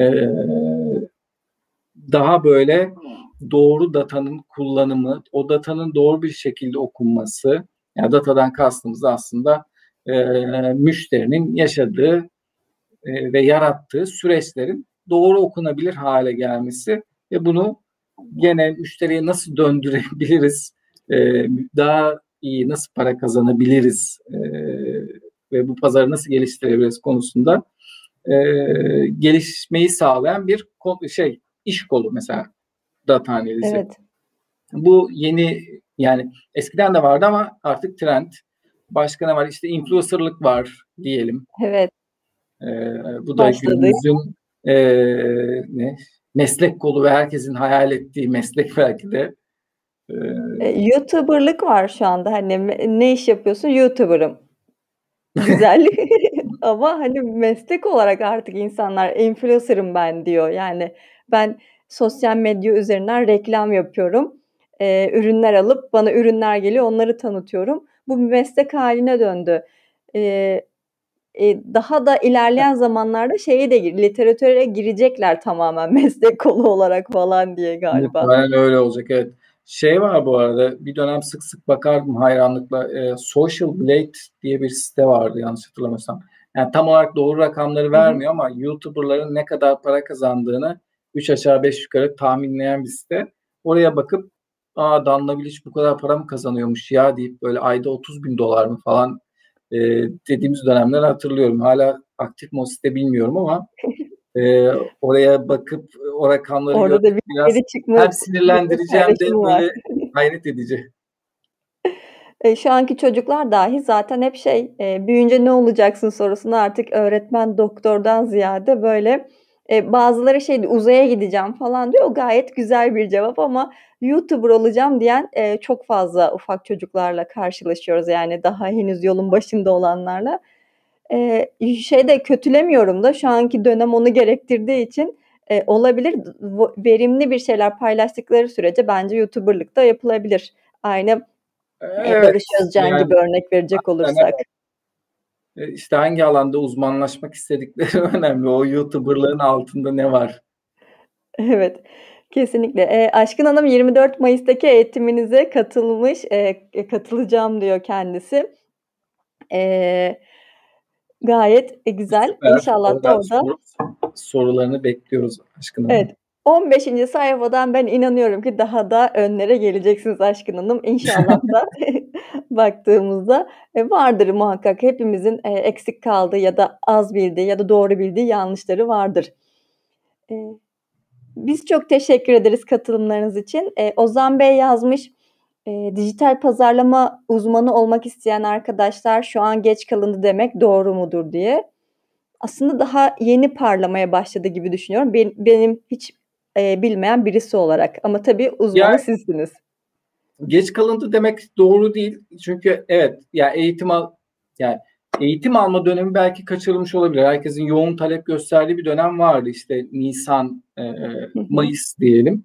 daha böyle doğru datanın kullanımı, o datanın doğru bir şekilde okunması, yani datadan kastımız aslında e, müşterinin yaşadığı e, ve yarattığı süreçlerin doğru okunabilir hale gelmesi ve bunu gene müşteriye nasıl döndürebiliriz, e, daha iyi nasıl para kazanabiliriz e, ve bu pazarı nasıl geliştirebiliriz konusunda e, gelişmeyi sağlayan bir şey iş kolu mesela data analizi. evet, Bu yeni, yani eskiden de vardı ama artık trend. Başka ne var? İşte influencerlık var diyelim. evet. Ee, bu da Başladı. günümüzün e, ne meslek kolu ve herkesin hayal ettiği meslek belki de. Ee, Eee, YouTuber'lık var şu anda. Hani me ne iş yapıyorsun? YouTuber'ım. Güzel ama hani meslek olarak artık insanlar influencer'ım ben diyor. Yani ben sosyal medya üzerinden reklam yapıyorum. Eee, ürünler alıp bana ürünler geliyor, onları tanıtıyorum. Bu bir meslek hâline döndü. Eee, eee, daha da ilerleyen zamanlarda şeye de gir literatüre girecekler tamamen meslek kolu olarak falan diye galiba. muhtemelen öyle olacak, evet. Şey var bu arada, bir dönem sık sık bakardım hayranlıkla. E, Social Blade diye bir site vardı yanlış hatırlamıyorsam. Yani tam olarak doğru rakamları Hı hı. vermiyor ama YouTuber'ların ne kadar para kazandığını üç aşağı beş yukarı tahminleyen bir site. Oraya bakıp aa Danla Bilic bu kadar para mı kazanıyormuş ya deyip böyle ayda otuz bin dolar mı falan e, dediğimiz dönemler hatırlıyorum. Hala aktif mi o site bilmiyorum ama e, oraya bakıp o rakamları Orada da görmek bir biraz kedi çıkma hem durumu sinirlendirici hem de paylaşımı var. böyle hayret edici. Eee, şu anki çocuklar dahi zaten hep şey, eee, "Büyüyünce ne olacaksın?" sorusuna artık öğretmen, doktordan ziyade böyle, eee, bazıları şey diyor, "Uzaya gideceğim." falan diyor. O gayet güzel bir cevap ama "YouTuber olacağım." diyen, eee, çok fazla ufak çocuklarla karşılaşıyoruz, yani daha henüz yolun başında olanlarla. Eee, şey de kötülemiyorum da şu anki dönem onu gerektirdiği için, eee, olabilir. D vo verimli bir şeyler paylaştıkları sürece bence YouTuber'lık da yapılabilir. Aynı Eee, Evet, Barış Özcan yani gibi örnek verecek aynen olursak. evet. E, işte hangi alanda uzmanlaşmak istedikleri önemli. O YouTuber'ların altında ne var? Evet, kesinlikle. Eee, Aşkın Hanım yirmi dört Mayıs'taki eğitiminize katılmış, eee, katılacağım diyor kendisi. Eee, gayet, e, güzel. Süper. İnşallah da Orada orada soru, sorularını bekliyoruz Aşkın Hanım. Evet, on beşinci sayfadan ben inanıyorum ki daha da önlere geleceksiniz Aşkın Hanım. İnşallah da baktığımızda, eee, vardır muhakkak hepimizin, eee, eksik kaldığı ya da az bildiği ya da doğru bildiği yanlışları vardır. Eee Biz çok teşekkür ederiz katılımlarınız için. Eee, Ozan Bey yazmış, Eee, dijital pazarlama uzmanı olmak isteyen arkadaşlar şu an geç kalındı demek doğru mudur diye. Aslında daha yeni parlamaya başladı gibi düşünüyorum. Ben benim hiç, eee, bilmeyen birisi olarak ama tabii uzmanı Ya sizsiniz. geç kalındı demek doğru değil. Çünkü evet, ya eğitim al yani eğitim alma dönemi belki kaçırılmış olabilir. Herkesin yoğun talep gösterdiği bir dönem vardı. İşte Nisan, eee, Hı hı. Mayıs diyelim.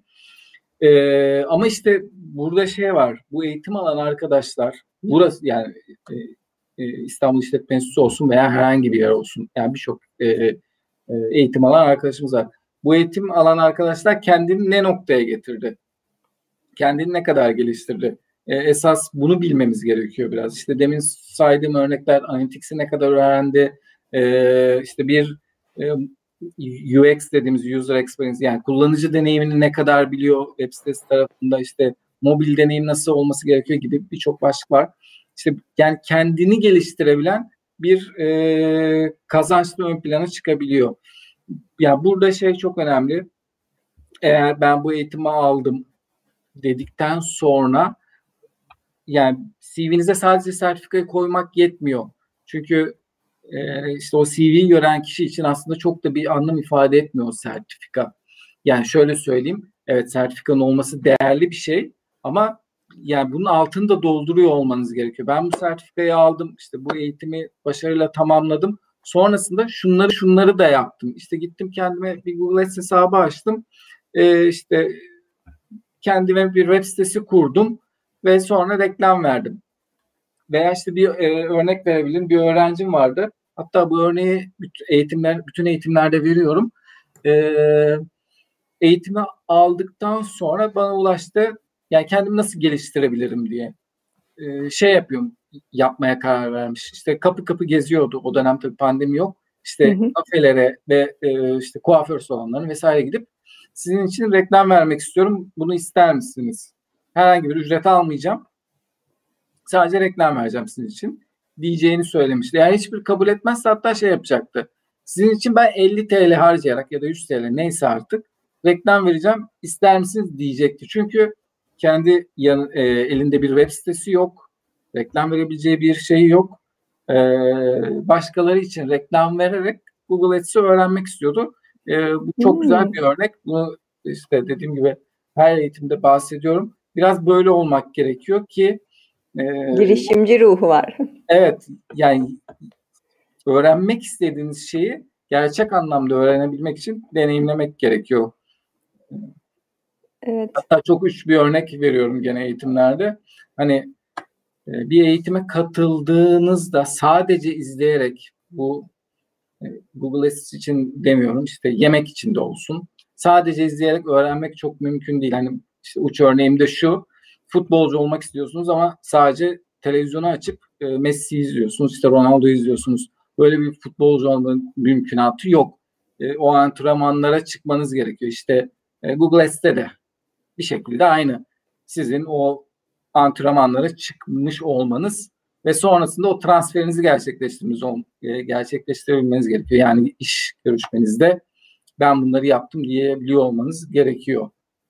Eee, ama işte burada şey var. Bu eğitim alan arkadaşlar, burası yani e, e, İstanbul İşletme Enstitüsü olsun veya herhangi bir yer olsun. Yani birçok e, e, eğitim alan arkadaşımız var. Bu eğitim alan arkadaşlar kendini ne noktaya getirdi? Kendini ne kadar geliştirdi? E, esas bunu bilmemiz gerekiyor biraz. İşte demin saydığım örnekler, Analytics'i ne kadar öğrendi? E, işte bir e, U X dediğimiz user experience, yani kullanıcı deneyimini ne kadar biliyor web sitesi tarafında, işte mobil deneyim nasıl olması gerekiyor gibi birçok başlık var. İşte yani kendini geliştirebilen bir e, kazançlı ön plana çıkabiliyor. Ya burada şey çok önemli. Eğer ben bu eğitimi aldım dedikten sonra yani C V'nize sadece sertifikayı koymak yetmiyor. Çünkü e, işte o C V'yi gören kişi için aslında çok da bir anlam ifade etmiyor o sertifika. Yani şöyle söyleyeyim, evet sertifikanın olması değerli bir şey ama yani bunun altını da dolduruyor olmanız gerekiyor. Ben bu sertifikayı aldım, işte bu eğitimi başarıyla tamamladım. Sonrasında şunları şunları da yaptım. İşte gittim kendime bir Google Ads hesabı açtım. E, işte kendime bir web sitesi kurdum ve sonra reklam verdim. Veya işte bir e, örnek verebilirim. Bir öğrencim vardı. Hatta bu örneği bütün eğitimler, bütün eğitimlerde veriyorum. E, eğitimi aldıktan sonra bana ulaştı. Yani kendimi nasıl geliştirebilirim diye. E, şey yapıyorum, yapmaya karar vermiş. İşte kapı kapı geziyordu. O dönem tabii pandemi yok. Hı İşte hı. kafelere ve e, işte kuaför salonlarına vesaire gidip sizin için reklam vermek istiyorum. Bunu ister misiniz? Herhangi bir ücret almayacağım. Sadece reklam vereceğim sizin için diyeceğini söylemişti. Yani hiçbir kabul etmezse hatta şey yapacaktı. Sizin için ben elli T L harcayarak ya da yüz T L neyse artık reklam vereceğim, ister misiniz diyecekti. Çünkü kendi yan, e, elinde bir web sitesi yok. Reklam verebileceği bir şey yok. E, başkaları için reklam vererek Google Ads'i öğrenmek istiyordu. E, bu çok güzel Hımm. bir örnek. Bunu işte dediğim gibi her eğitimde bahsediyorum. Biraz böyle olmak gerekiyor ki e, Girişimci ruhu var. evet, yani öğrenmek istediğiniz şeyi gerçek anlamda öğrenebilmek için deneyimlemek gerekiyor. Evet. Hatta çok uç bir örnek veriyorum gene eğitimlerde. Hani e, bir eğitime katıldığınızda sadece izleyerek, bu e, Google Ads için demiyorum, işte yemek için de olsun. Sadece izleyerek öğrenmek çok mümkün değil. Hani işte uç örneğim de şu: futbolcu olmak istiyorsunuz ama sadece televizyonu açıp e, Messi izliyorsunuz, işte Ronaldo izliyorsunuz. Böyle bir futbolcu olmanın mümkünatı yok. E, o antrenmanlara çıkmanız gerekiyor. İşte e, Google Ads'te de bir şekilde aynı. Sizin o antrenmanlara çıkmış olmanız ve sonrasında o transferinizi gerçekleştirmeniz, gerçekleştirebilmeniz gerekiyor. Yani iş görüşmenizde ben bunları yaptım diyebiliyor olmanız gerekiyor.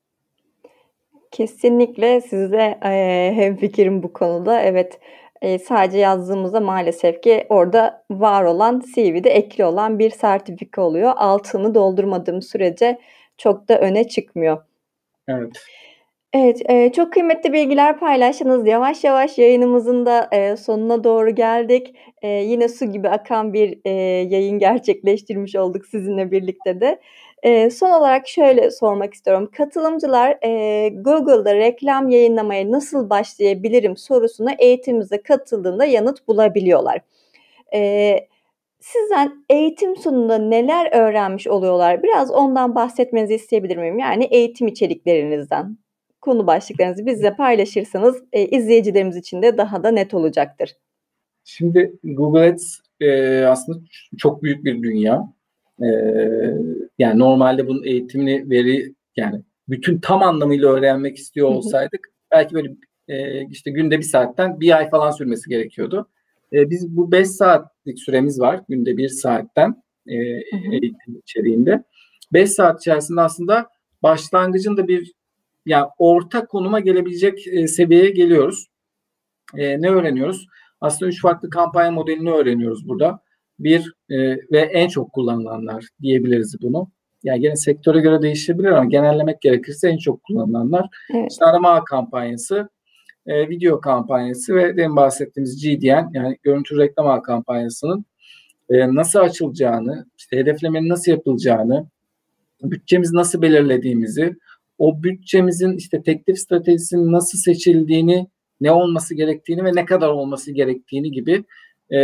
Kesinlikle sizle, eee, hemfikirim bu konuda. Evet, eee, sadece yazdığımızda maalesef ki orada var olan C V'de ekli olan bir sertifika oluyor. Altını doldurmadığım sürece çok da öne çıkmıyor. Evet. Evet, eee, çok kıymetli bilgiler paylaştınız. Yavaş yavaş yayınımızın da, eee, sonuna doğru geldik. Eee, yine su gibi akan bir, eee, yayın gerçekleştirmiş olduk sizinle birlikte de. Eee, son olarak şöyle sormak istiyorum. Katılımcılar, eee, Google'da reklam yayınlamaya nasıl başlayabilirim sorusuna eğitimimize katıldığında yanıt bulabiliyorlar. Eee, sizden eğitim sonunda neler öğrenmiş oluyorlar? Biraz ondan bahsetmenizi isteyebilir miyim? Yani eğitim içeriklerinizden, konu başlıklarınızı bizle paylaşırsanız, eee, izleyicilerimiz için de daha da net olacaktır. Şimdi Google Ads e, aslında çok büyük bir dünya. E, yani normalde bunun eğitimini veri yani bütün tam anlamıyla öğrenmek istiyor Hı hı. olsaydık belki böyle e, işte günde bir saatten bir ay falan sürmesi gerekiyordu. E, biz bu beş saatlik süremiz var günde bir saatten e, Hı hı. eğitim içeriğinde. Beş saat içerisinde aslında başlangıcında bir yani orta konuma gelebilecek e, seviyeye geliyoruz. E, ne öğreniyoruz? Aslında üç farklı kampanya modelini öğreniyoruz burada. Bir e, ve en çok kullanılanlar diyebiliriz bunu. Yani gene sektöre göre değişebilir ama genellemek gerekirse en çok kullanılanlar Evet. işte arama ağ kampanyası, e, video kampanyası ve demin bahsettiğimiz G D N yani görüntü reklam ağ kampanyasının e, nasıl açılacağını, işte hedeflemenin nasıl yapılacağını, bütçemizi nasıl belirlediğimizi, o bütçemizin işte teklif stratejisinin nasıl seçildiğini, ne olması gerektiğini ve ne kadar olması gerektiğini gibi e,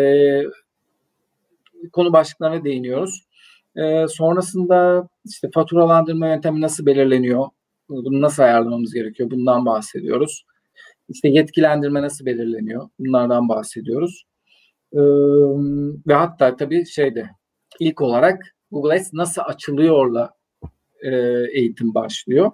konu başlıklarına değiniyoruz. E, sonrasında işte faturalandırma yöntemi nasıl belirleniyor, bunu nasıl ayarlamamız gerekiyor, bundan bahsediyoruz. İşte yetkilendirme nasıl belirleniyor, bunlardan bahsediyoruz. E, ve hatta tabii şeyde ilk olarak Google Ads nasıl açılıyorla e, eğitim başlıyor.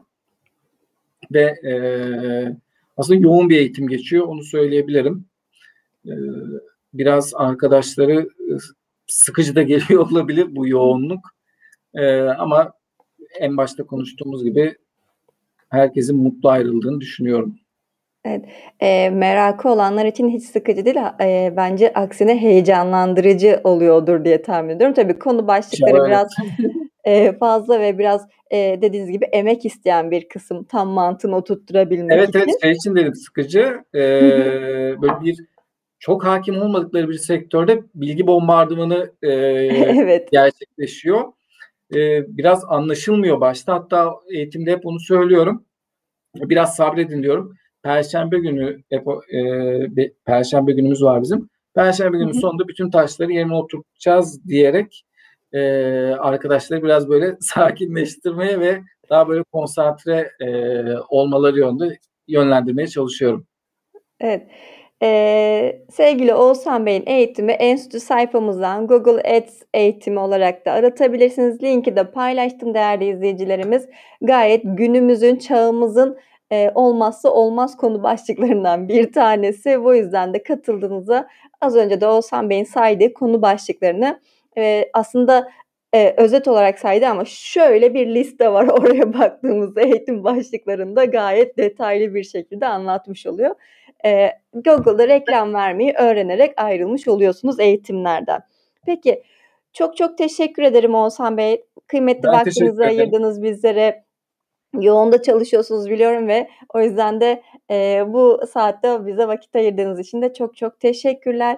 Ve e, aslında yoğun bir eğitim geçiyor, onu söyleyebilirim. E, biraz arkadaşları sıkıcı da geliyor olabilir bu yoğunluk. E, ama en başta konuştuğumuz gibi herkesin mutlu ayrıldığını düşünüyorum. Evet, eee, merakı olanlar için hiç sıkıcı değil, eee, bence aksine heyecanlandırıcı oluyordur diye tahmin ediyorum. Tabii konu başlıkları Evet. biraz eee, fazla ve biraz eee, dediğiniz gibi emek isteyen bir kısım tam mantığını oturtturabilmek Evet evet için. şey için dedim sıkıcı. E, böyle bir çok hakim olmadıkları bir sektörde bilgi bombardımanı e, Evet. gerçekleşiyor. E, biraz anlaşılmıyor başta. Hatta eğitimde hep onu söylüyorum. Biraz sabredin diyorum. Perşembe günü e, Perşembe günümüz var bizim. Perşembe Hı günün hı. sonunda bütün taşları yerine oturtacağız diyerek e, arkadaşları biraz böyle sakinleştirmeye ve daha böyle konsantre e, olmaları yönde yönlendirmeye çalışıyorum. Evet. Eee, sevgili Oğuzhan Bey'in eğitimi enstitü sayfamızdan Google Ads eğitimi olarak da aratabilirsiniz. Linki de paylaştım değerli izleyicilerimiz. Gayet günümüzün, çağımızın eee, olmazsa olmaz konu başlıklarından bir tanesi. Bu yüzden de katıldığınızda az önce de Oğuzhan Bey'in saydığı konu başlıklarını eee, aslında eee, özet olarak saydı ama şöyle bir liste var oraya baktığımızda eğitim başlıklarında gayet detaylı bir şekilde anlatmış oluyor. Eee, Google'da reklam vermeyi öğrenerek ayrılmış oluyorsunuz eğitimlerden. Peki, çok çok teşekkür ederim Oğuzhan Bey. Kıymetli Ben vaktinizi teşekkür ederim. ayırdınız bizlere. Yoğun da çalışıyorsunuz biliyorum ve o yüzden de eee, bu saatte bize vakit ayırdığınız için de çok çok teşekkürler.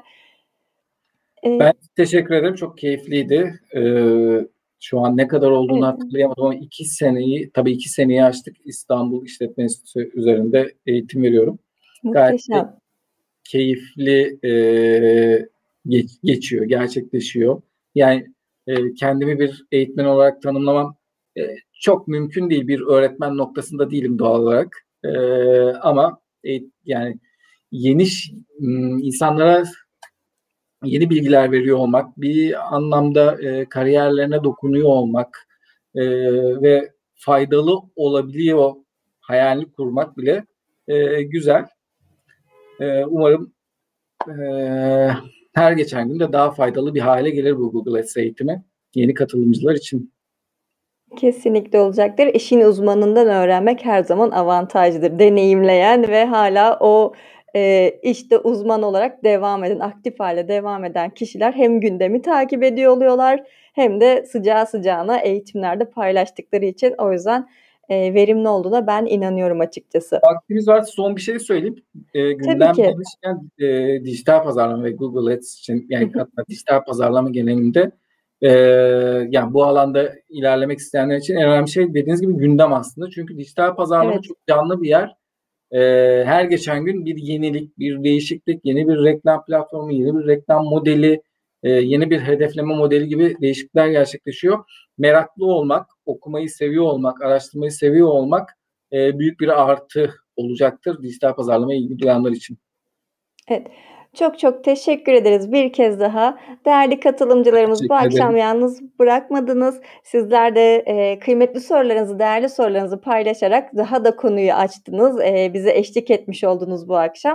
Eee Ben teşekkür ederim. Çok keyifliydi. Ee, şu an ne kadar olduğunu Evet. hatırlayamadım ama iki seneyi, tabii iki seneyi aştık İstanbul İşletme Enstitüsü üzerinde eğitim veriyorum. Gayet de Muhteşem. keyifli e, geç, geçiyor, gerçekleşiyor. Yani e, kendimi bir eğitmen olarak tanımlamam e, çok mümkün değil. Bir öğretmen noktasında değilim doğal olarak. E, ama e, yani yeni ş- m, insanlara yeni bilgiler veriyor olmak, bir anlamda e, kariyerlerine dokunuyor olmak e, ve faydalı olabiliyor hayalini kurmak bile e, güzel. E, umarım e, her geçen gün de daha faydalı bir hale gelir bu Google Ads eğitimi yeni katılımcılar için. Kesinlikle olacaktır. İşin uzmanından öğrenmek her zaman avantajlıdır. Deneyimleyen ve hâlâ o, eee, işte uzman olarak devam eden, aktif hâlde devam eden kişiler hem gündemi takip ediyor oluyorlar hem de sıcağı sıcağına eğitimlerde paylaştıkları için o yüzden, eee, verimli olduğuna ben inanıyorum açıkçası. Vaktimiz varsa son bir şey söyleyeyim. E, Tabii gündem ki. demişken e, dijital pazarlama ve Google Ads için Hı yani hı. hatta dijital pazarlama genelinde e, yani bu alanda ilerlemek isteyenler için en önemli şey dediğiniz gibi gündem aslında. Çünkü dijital pazarlama Evet. çok canlı bir yer. E, her geçen gün bir yenilik, bir değişiklik, yeni bir reklam platformu, yeni bir reklam modeli, e, yeni bir hedefleme modeli gibi değişiklikler gerçekleşiyor. Meraklı olmak, okumayı seviyor olmak, araştırmayı seviyor olmak e, büyük bir artı olacaktır dijital pazarlamaya ilgi duyanlar için. Evet. Çok çok teşekkür ederiz bir kez daha. Değerli Ben katılımcılarımız, bu teşekkür akşam ederim. yalnız bırakmadınız. Sizler de, eee, kıymetli sorularınızı, değerli sorularınızı paylaşarak daha da konuyu açtınız. Eee, bize eşlik etmiş oldunuz bu akşam.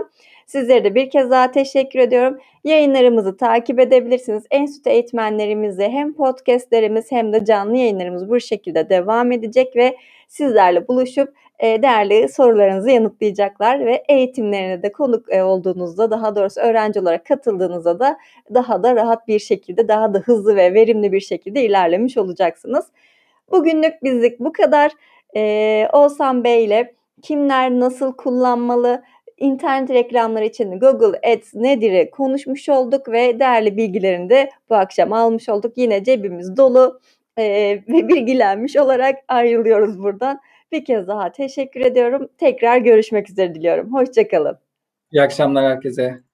Sizlere de bir kez daha teşekkür ediyorum. Yayınlarımızı takip edebilirsiniz. Enstitü eğitmenlerimizle hem podcastlerimiz hem de canlı yayınlarımız bu şekilde devam edecek ve sizlerle buluşup e, değerli sorularınızı yanıtlayacaklar ve eğitimlerine de konuk e, olduğunuzda, daha doğrusu öğrenci olarak katıldığınızda da daha da rahat bir şekilde, daha da hızlı ve verimli bir şekilde ilerlemiş olacaksınız. Bugünlük bizlik bu kadar. Ee, Oğuzhan Bey ile kimler nasıl kullanmalı, internet reklamları için Google Ads nedir'i konuşmuş olduk ve değerli bilgilerini de bu akşam almış olduk. Yine cebimiz dolu e, ve bilgilenmiş olarak ayrılıyoruz buradan. Bir kez daha teşekkür ediyorum. Tekrar görüşmek üzere diliyorum. Hoşça kalın. İyi akşamlar herkese.